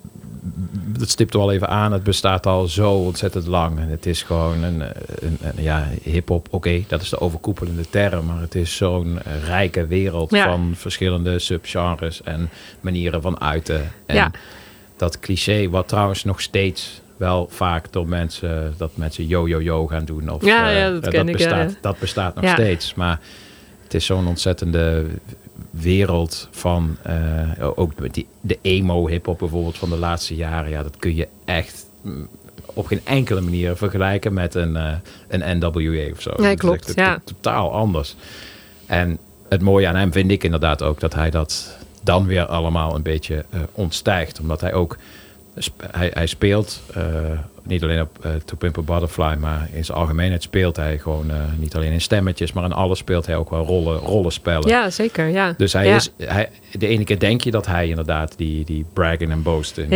dat stipt er al even aan. Het bestaat al zo ontzettend lang. En het is gewoon hiphop, oké, dat is de overkoepelende term. Maar het is zo'n rijke wereld van verschillende subgenres en manieren van uiten. En dat cliché, wat trouwens nog steeds... wel vaak door mensen yo gaan doen. Of, dat bestaat nog steeds. Maar het is zo'n ontzettende wereld van... ook de emo-hiphop bijvoorbeeld van de laatste jaren. Ja, dat kun je echt op geen enkele manier vergelijken met een NWA of zo. Ja, klopt. Dat is totaal anders. En het mooie aan hem vind ik inderdaad ook... dat hij dat dan weer allemaal een beetje ontstijgt. Omdat hij ook... Hij speelt niet alleen op To Pimp a Butterfly, maar in zijn algemeenheid speelt hij gewoon niet alleen in stemmetjes, maar in alles speelt hij ook wel rollenspellen. Ja, zeker. Ja. Dus de ene keer denk je dat hij inderdaad die bragging en boasten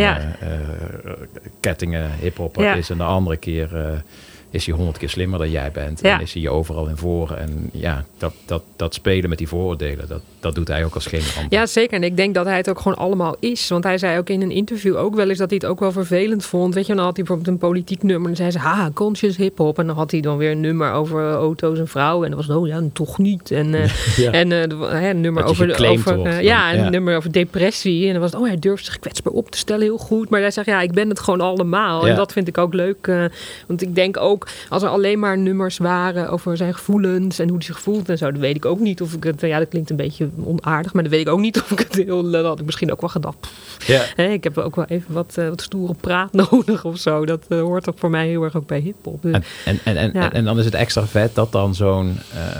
kettingen hiphopper is, en de andere keer is hij 100 keer slimmer dan jij bent. En is hij je overal in voor. En dat spelen met die vooroordelen, dat doet hij ook als geen ander. Ja, zeker. En ik denk dat hij het ook gewoon allemaal is. Want hij zei ook in een interview ook wel eens dat hij het ook wel vervelend vond. Weet je, dan had hij bijvoorbeeld een politiek nummer. En dan zei ze, conscious hiphop. En dan had hij dan weer een nummer over auto's en vrouwen. En dat was, toch niet. En een nummer een nummer over depressie. En dan was het, hij durft zich kwetsbaar op te stellen, heel goed. Maar hij zegt, ik ben het gewoon allemaal. Ja. En dat vind ik ook leuk. Want ik denk ook, ook als er alleen maar nummers waren over zijn gevoelens en hoe hij zich voelt en zo, dan weet ik ook niet of ik het, dat klinkt een beetje onaardig, maar dan weet ik ook niet of ik het dat had ik misschien ook wel gedacht. Ik heb ook wel even wat stoere praat nodig of zo. Dat hoort ook voor mij heel erg ook bij hiphop. Dus, en dan is het extra vet dat dan zo'n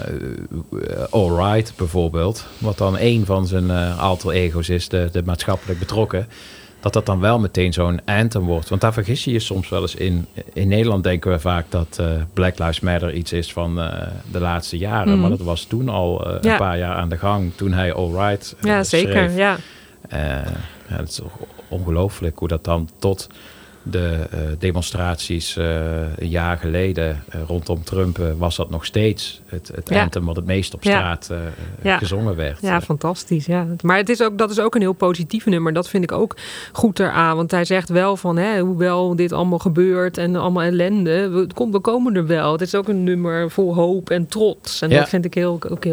Alright bijvoorbeeld, wat dan een van zijn alter ego's is, de maatschappelijk betrokken, dat dan wel meteen zo'n anthem wordt. Want daar vergis je soms wel eens in. In Nederland denken we vaak dat Black Lives Matter iets is van de laatste jaren. Maar dat was toen al een paar jaar aan de gang, toen hij Alright ja, zeker, schreef. ja. Het is ongelooflijk hoe dat dan tot de demonstraties een jaar geleden rondom Trump was dat nog steeds het anthem wat het meest op straat gezongen werd. Ja, fantastisch. Ja. Maar dat is ook een heel positieve nummer. Dat vind ik ook goed eraan. Want hij zegt wel van, hoewel dit allemaal gebeurt en allemaal ellende, we komen er wel. Het is ook een nummer vol hoop en trots. En dat vind ik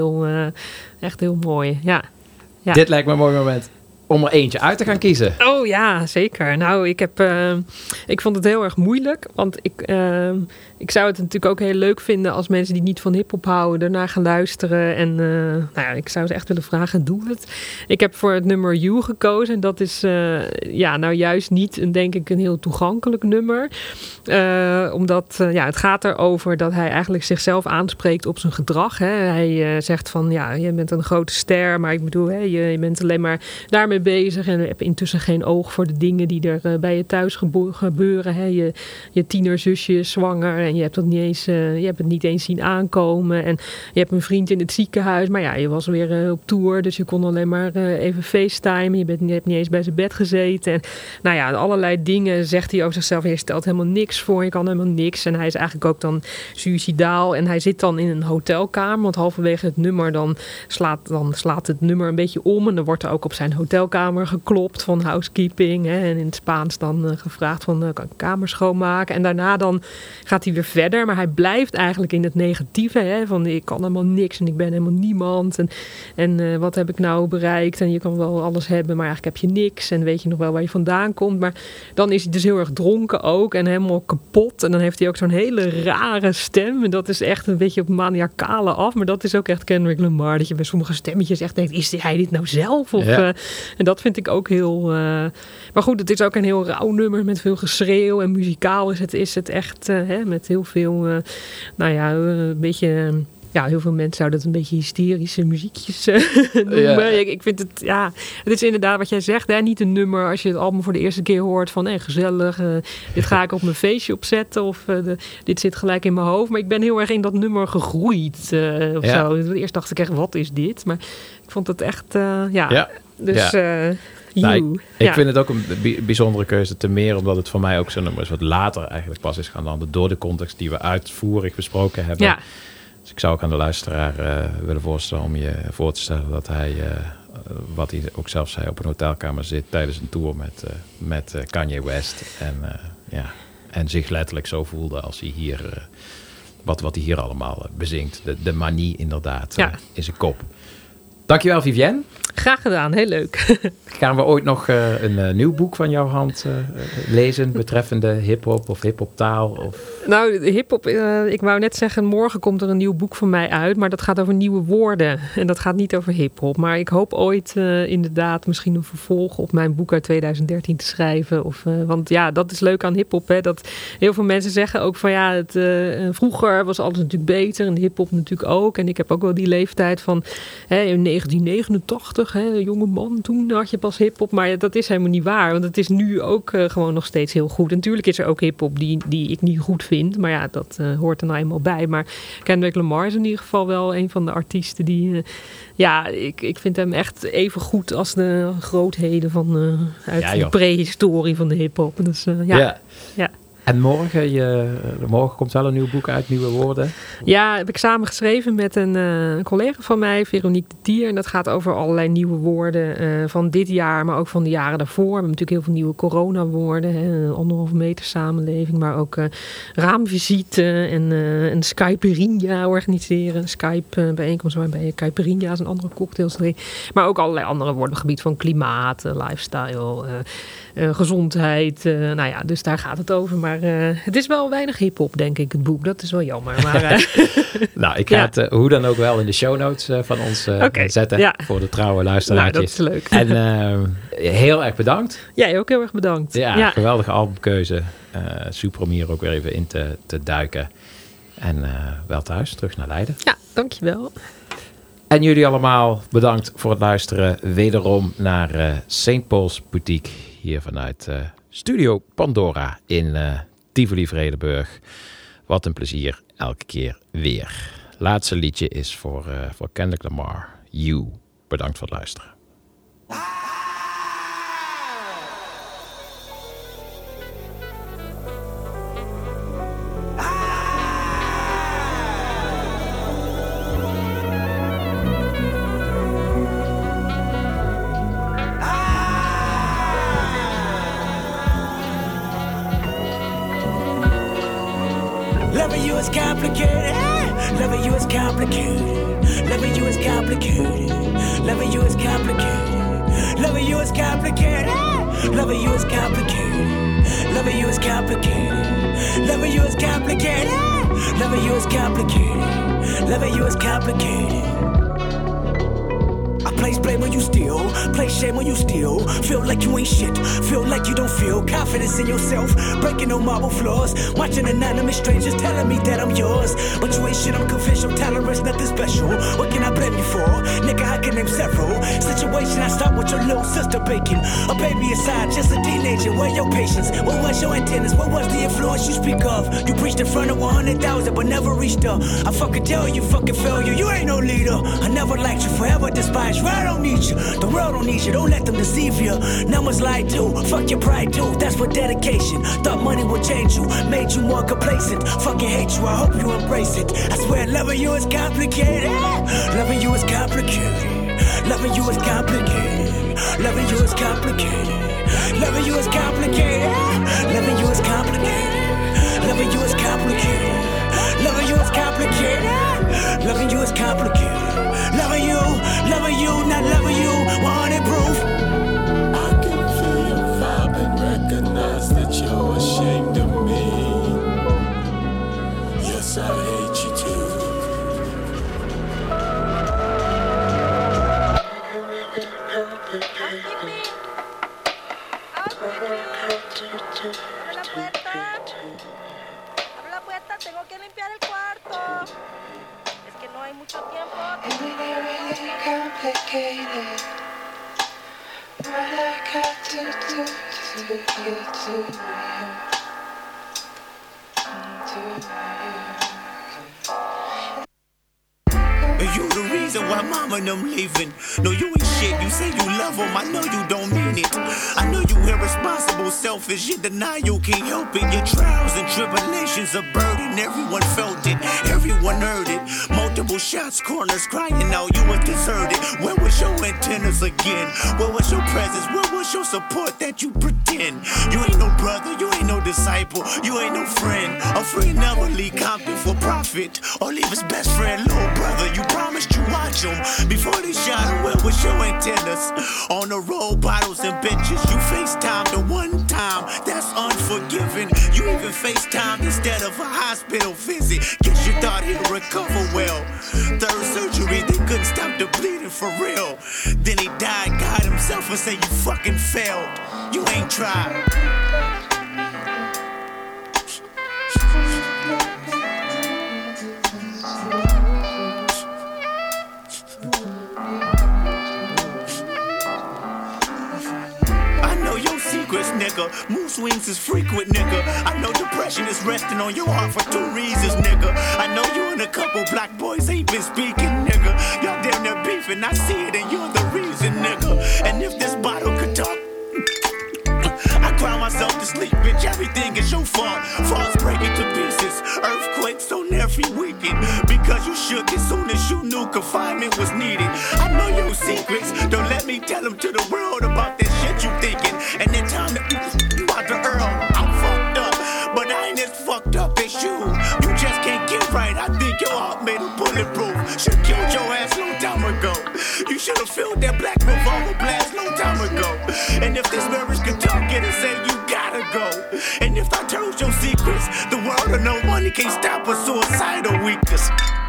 echt heel mooi. Ja. Dit lijkt me een mooi moment om er eentje uit te gaan kiezen. Oh ja, zeker. Nou, ik vond het heel erg moeilijk. Want ik zou het natuurlijk ook heel leuk vinden als mensen die niet van hiphop houden ernaar gaan luisteren. En ik zou ze echt willen vragen, doe het. Ik heb voor het nummer You gekozen. En dat is juist niet, denk ik, een heel toegankelijk nummer. Omdat het gaat erover dat hij eigenlijk zichzelf aanspreekt op zijn gedrag. Hè. Hij zegt van, je bent een grote ster, maar ik bedoel, je bent alleen maar daarmee bezig en heb intussen geen oog voor de dingen die er bij je thuis gebeuren. Hè. Je tienerzusje is zwanger en je hebt het niet eens zien aankomen. En je hebt een vriend in het ziekenhuis, maar je was weer op tour, dus je kon alleen maar even facetimen. Je hebt niet eens bij zijn bed gezeten. En allerlei dingen zegt hij over zichzelf. Je stelt helemaal niks voor, je kan helemaal niks. En hij is eigenlijk ook dan suïcidaal en hij zit dan in een hotelkamer, want halverwege het nummer dan slaat het nummer een beetje om en dan wordt er ook op zijn hotelkamer geklopt van housekeeping. Hè, en in het Spaans dan gevraagd van kan ik kamer schoonmaken. En daarna dan gaat hij weer verder. Maar hij blijft eigenlijk in het negatieve. Hè, van ik kan helemaal niks en ik ben helemaal niemand. En wat heb ik nou bereikt? En je kan wel alles hebben, maar eigenlijk heb je niks. En weet je nog wel waar je vandaan komt. Maar dan is hij dus heel erg dronken ook. En helemaal kapot. En dan heeft hij ook zo'n hele rare stem. En dat is echt een beetje op maniacale af. Maar dat is ook echt Kendrick Lamar. Dat je bij sommige stemmetjes echt denkt, is hij dit nou zelf? Of... En dat vind ik ook heel... Maar goed, het is ook een heel rauw nummer met veel geschreeuw. En muzikaal is het echt met heel veel... een beetje... heel veel mensen zouden dat een beetje hysterische muziekjes noemen. Ja. Ik vind het... het is inderdaad wat jij zegt. Hè, niet een nummer als je het album voor de eerste keer hoort van... gezellig, dit ga ik op mijn feestje opzetten. Of dit zit gelijk in mijn hoofd. Maar ik ben heel erg in dat nummer gegroeid. Zo. Eerst dacht ik echt, wat is dit? Maar ik vond het echt... Dus ik vind het ook een bijzondere keuze, te meer omdat het voor mij ook zo'n nummer is wat later eigenlijk pas is gaan landen door de context die we uitvoerig besproken hebben. Ja. Dus ik zou ook aan de luisteraar willen voorstellen om je voor te stellen dat hij, wat hij ook zelf zei, op een hotelkamer zit tijdens een tour met Kanye West. En zich letterlijk zo voelde als hij hier, wat hij hier allemaal bezingt. De manie inderdaad in zijn kop. Dankjewel, Vivienne. Graag gedaan, heel leuk. Gaan we ooit nog een nieuw boek van jouw hand lezen betreffende hiphop of hiphoptaal? Of... Nou, hiphop, ik wou net zeggen, morgen komt er een nieuw boek van mij uit, maar dat gaat over nieuwe woorden. En dat gaat niet over hiphop. Maar ik hoop ooit inderdaad misschien een vervolg op mijn boek uit 2013 te schrijven. Want dat is leuk aan hiphop. Hè, dat heel veel mensen zeggen ook van vroeger was alles natuurlijk beter en hiphop natuurlijk ook. En ik heb ook wel die leeftijd van in 1989. Jonge man, toen had je pas hiphop. Maar dat is helemaal niet waar. Want het is nu ook gewoon nog steeds heel goed. En natuurlijk is er ook hiphop die ik niet goed vind. Maar dat hoort er nou eenmaal bij. Maar Kendrick Lamar is in ieder geval wel een van de artiesten die... ik vind hem echt even goed als de grootheden uit de prehistorie van de hiphop. Dus En morgen komt wel een nieuw boek uit, Nieuwe Woorden. Ja, heb ik samen geschreven met een collega van mij, Veronique de Tier. En dat gaat over allerlei nieuwe woorden van dit jaar, maar ook van de jaren daarvoor. We hebben natuurlijk heel veel nieuwe coronawoorden. Een 1,5 meter samenleving, maar ook raamvisite en een Skyperinja organiseren. Skype bijeenkomst waarbij Caipirinha's en andere cocktails drinken. Maar ook allerlei andere woorden op het gebied van klimaat, lifestyle, gezondheid. Dus daar gaat het over. Maar Maar het is wel weinig hiphop, denk ik, het boek. Dat is wel jammer. Maar, nou, ik ga het hoe dan ook wel in de show notes van ons zetten. Voor de trouwe luisteraartjes. Nou, dat is leuk. En heel erg bedankt. Jij ook heel erg bedankt. Ja, geweldige albumkeuze. Super om hier ook weer even in te duiken. En wel thuis, terug naar Leiden. Ja, dankjewel. En jullie allemaal bedankt voor het luisteren. Wederom naar St. Paul's Boutique. Hier vanuit Studio Pandora in Tivoli-Vredenburg. Wat een plezier elke keer weer. Laatste liedje is voor Kendrick Lamar. You. Bedankt voor het luisteren. Loving you is complicated. Loving you is complicated. Loving you is complicated. Loving you is complicated. Loving you is complicated. Loving you is complicated. Loving you is complicated. Loving you is complicated. Loving you is complicated. Loving you is complicated. I place blame when you steal, place shame when you steal. Feel like you ain't shit, feel like you don't feel confidence in yourself. Breaking no marble floors, watching anonymous strangers telling me that I'm yours. But you ain't shit, I'm confidential, tolerance, nothing special. What can I blame you for? Nigga, I can name several. Situation I start with your little sister baking. A baby aside, just a teenager, where your patience? What was your antennas? What was the influence you speak of? You preached in front of 100,000 but never reached up. I fucking tell you, fucking failure, you ain't no leader. I never liked you, forever despise you. I don't need you, the world don't need you, don't let them deceive you. Numbers lie too, fuck your pride too, that's what dedication. Thought money would change you, made you more complacent. Fucking hate you, I hope you embrace it. I swear loving you is complicated. Loving you is complicated. Loving you is complicated. Loving you is complicated. Loving you is complicated. Loving you is complicated. Loving you is complicated. Loving you is complicated. Loving you is complicated. Loving you, not loving you, 100 proof. I can feel your vibe and recognize that you're ashamed of me. Yes, I hate you too. Abre la puerta, tengo que limpiar el cuarto. Es que no hay mucho tiempo. Complicated. What I got to do to get to you. You the reason why mama and them leaving. No, you ain't shit. You say you love them. I know you don't mean it. I know you irresponsible, selfish. You deny you can't help it. Your trials and tribulations are burden. Everyone felt it. Everyone heard it. Multiple shots, corners crying out. You were deserted. Where was your antennas again? Where was your presence? Where was your support that you pretend? You ain't no brother. You ain't no disciple. You ain't no friend. A friend never leave Compton for profit or leave his best friend, little brother. You promised you watch them before they shot him. Where was your antennas? On the road, bottles and benches. You FaceTime the one time. That's unforgiving. You even FaceTime instead of a hospital visit. Guess you thought he'd recover well. Third surgery, they couldn't stop the bleeding for real. Then he died, God himself, and say you fucking failed. You ain't tried. Nigga, mood swings is frequent, nigga. I know depression is resting on your heart for 2 reasons, nigga. I know you and a couple black boys ain't been speaking, nigga. Y'all damn near beefing, I see it, and you're the reason, nigga. And if this bottle could talk, I cry myself to sleep, bitch. Everything is your fault. Falls breaking to pieces, earthquakes on every weekend. Because you shook as soon as you knew confinement was needed. I know your secrets, don't let me tell them to the world about that shit you thinking. And that time that you out the Earl, I'm fucked up, but I ain't as fucked up as you. You just can't get right, I think your heart made a bulletproof. Should've killed your ass long time ago. You should've filled that black revolver blast long time ago. And if this marriage could talk, it'll say you gotta go. And if I told your secrets. The world of no money can't stop a suicidal weakness.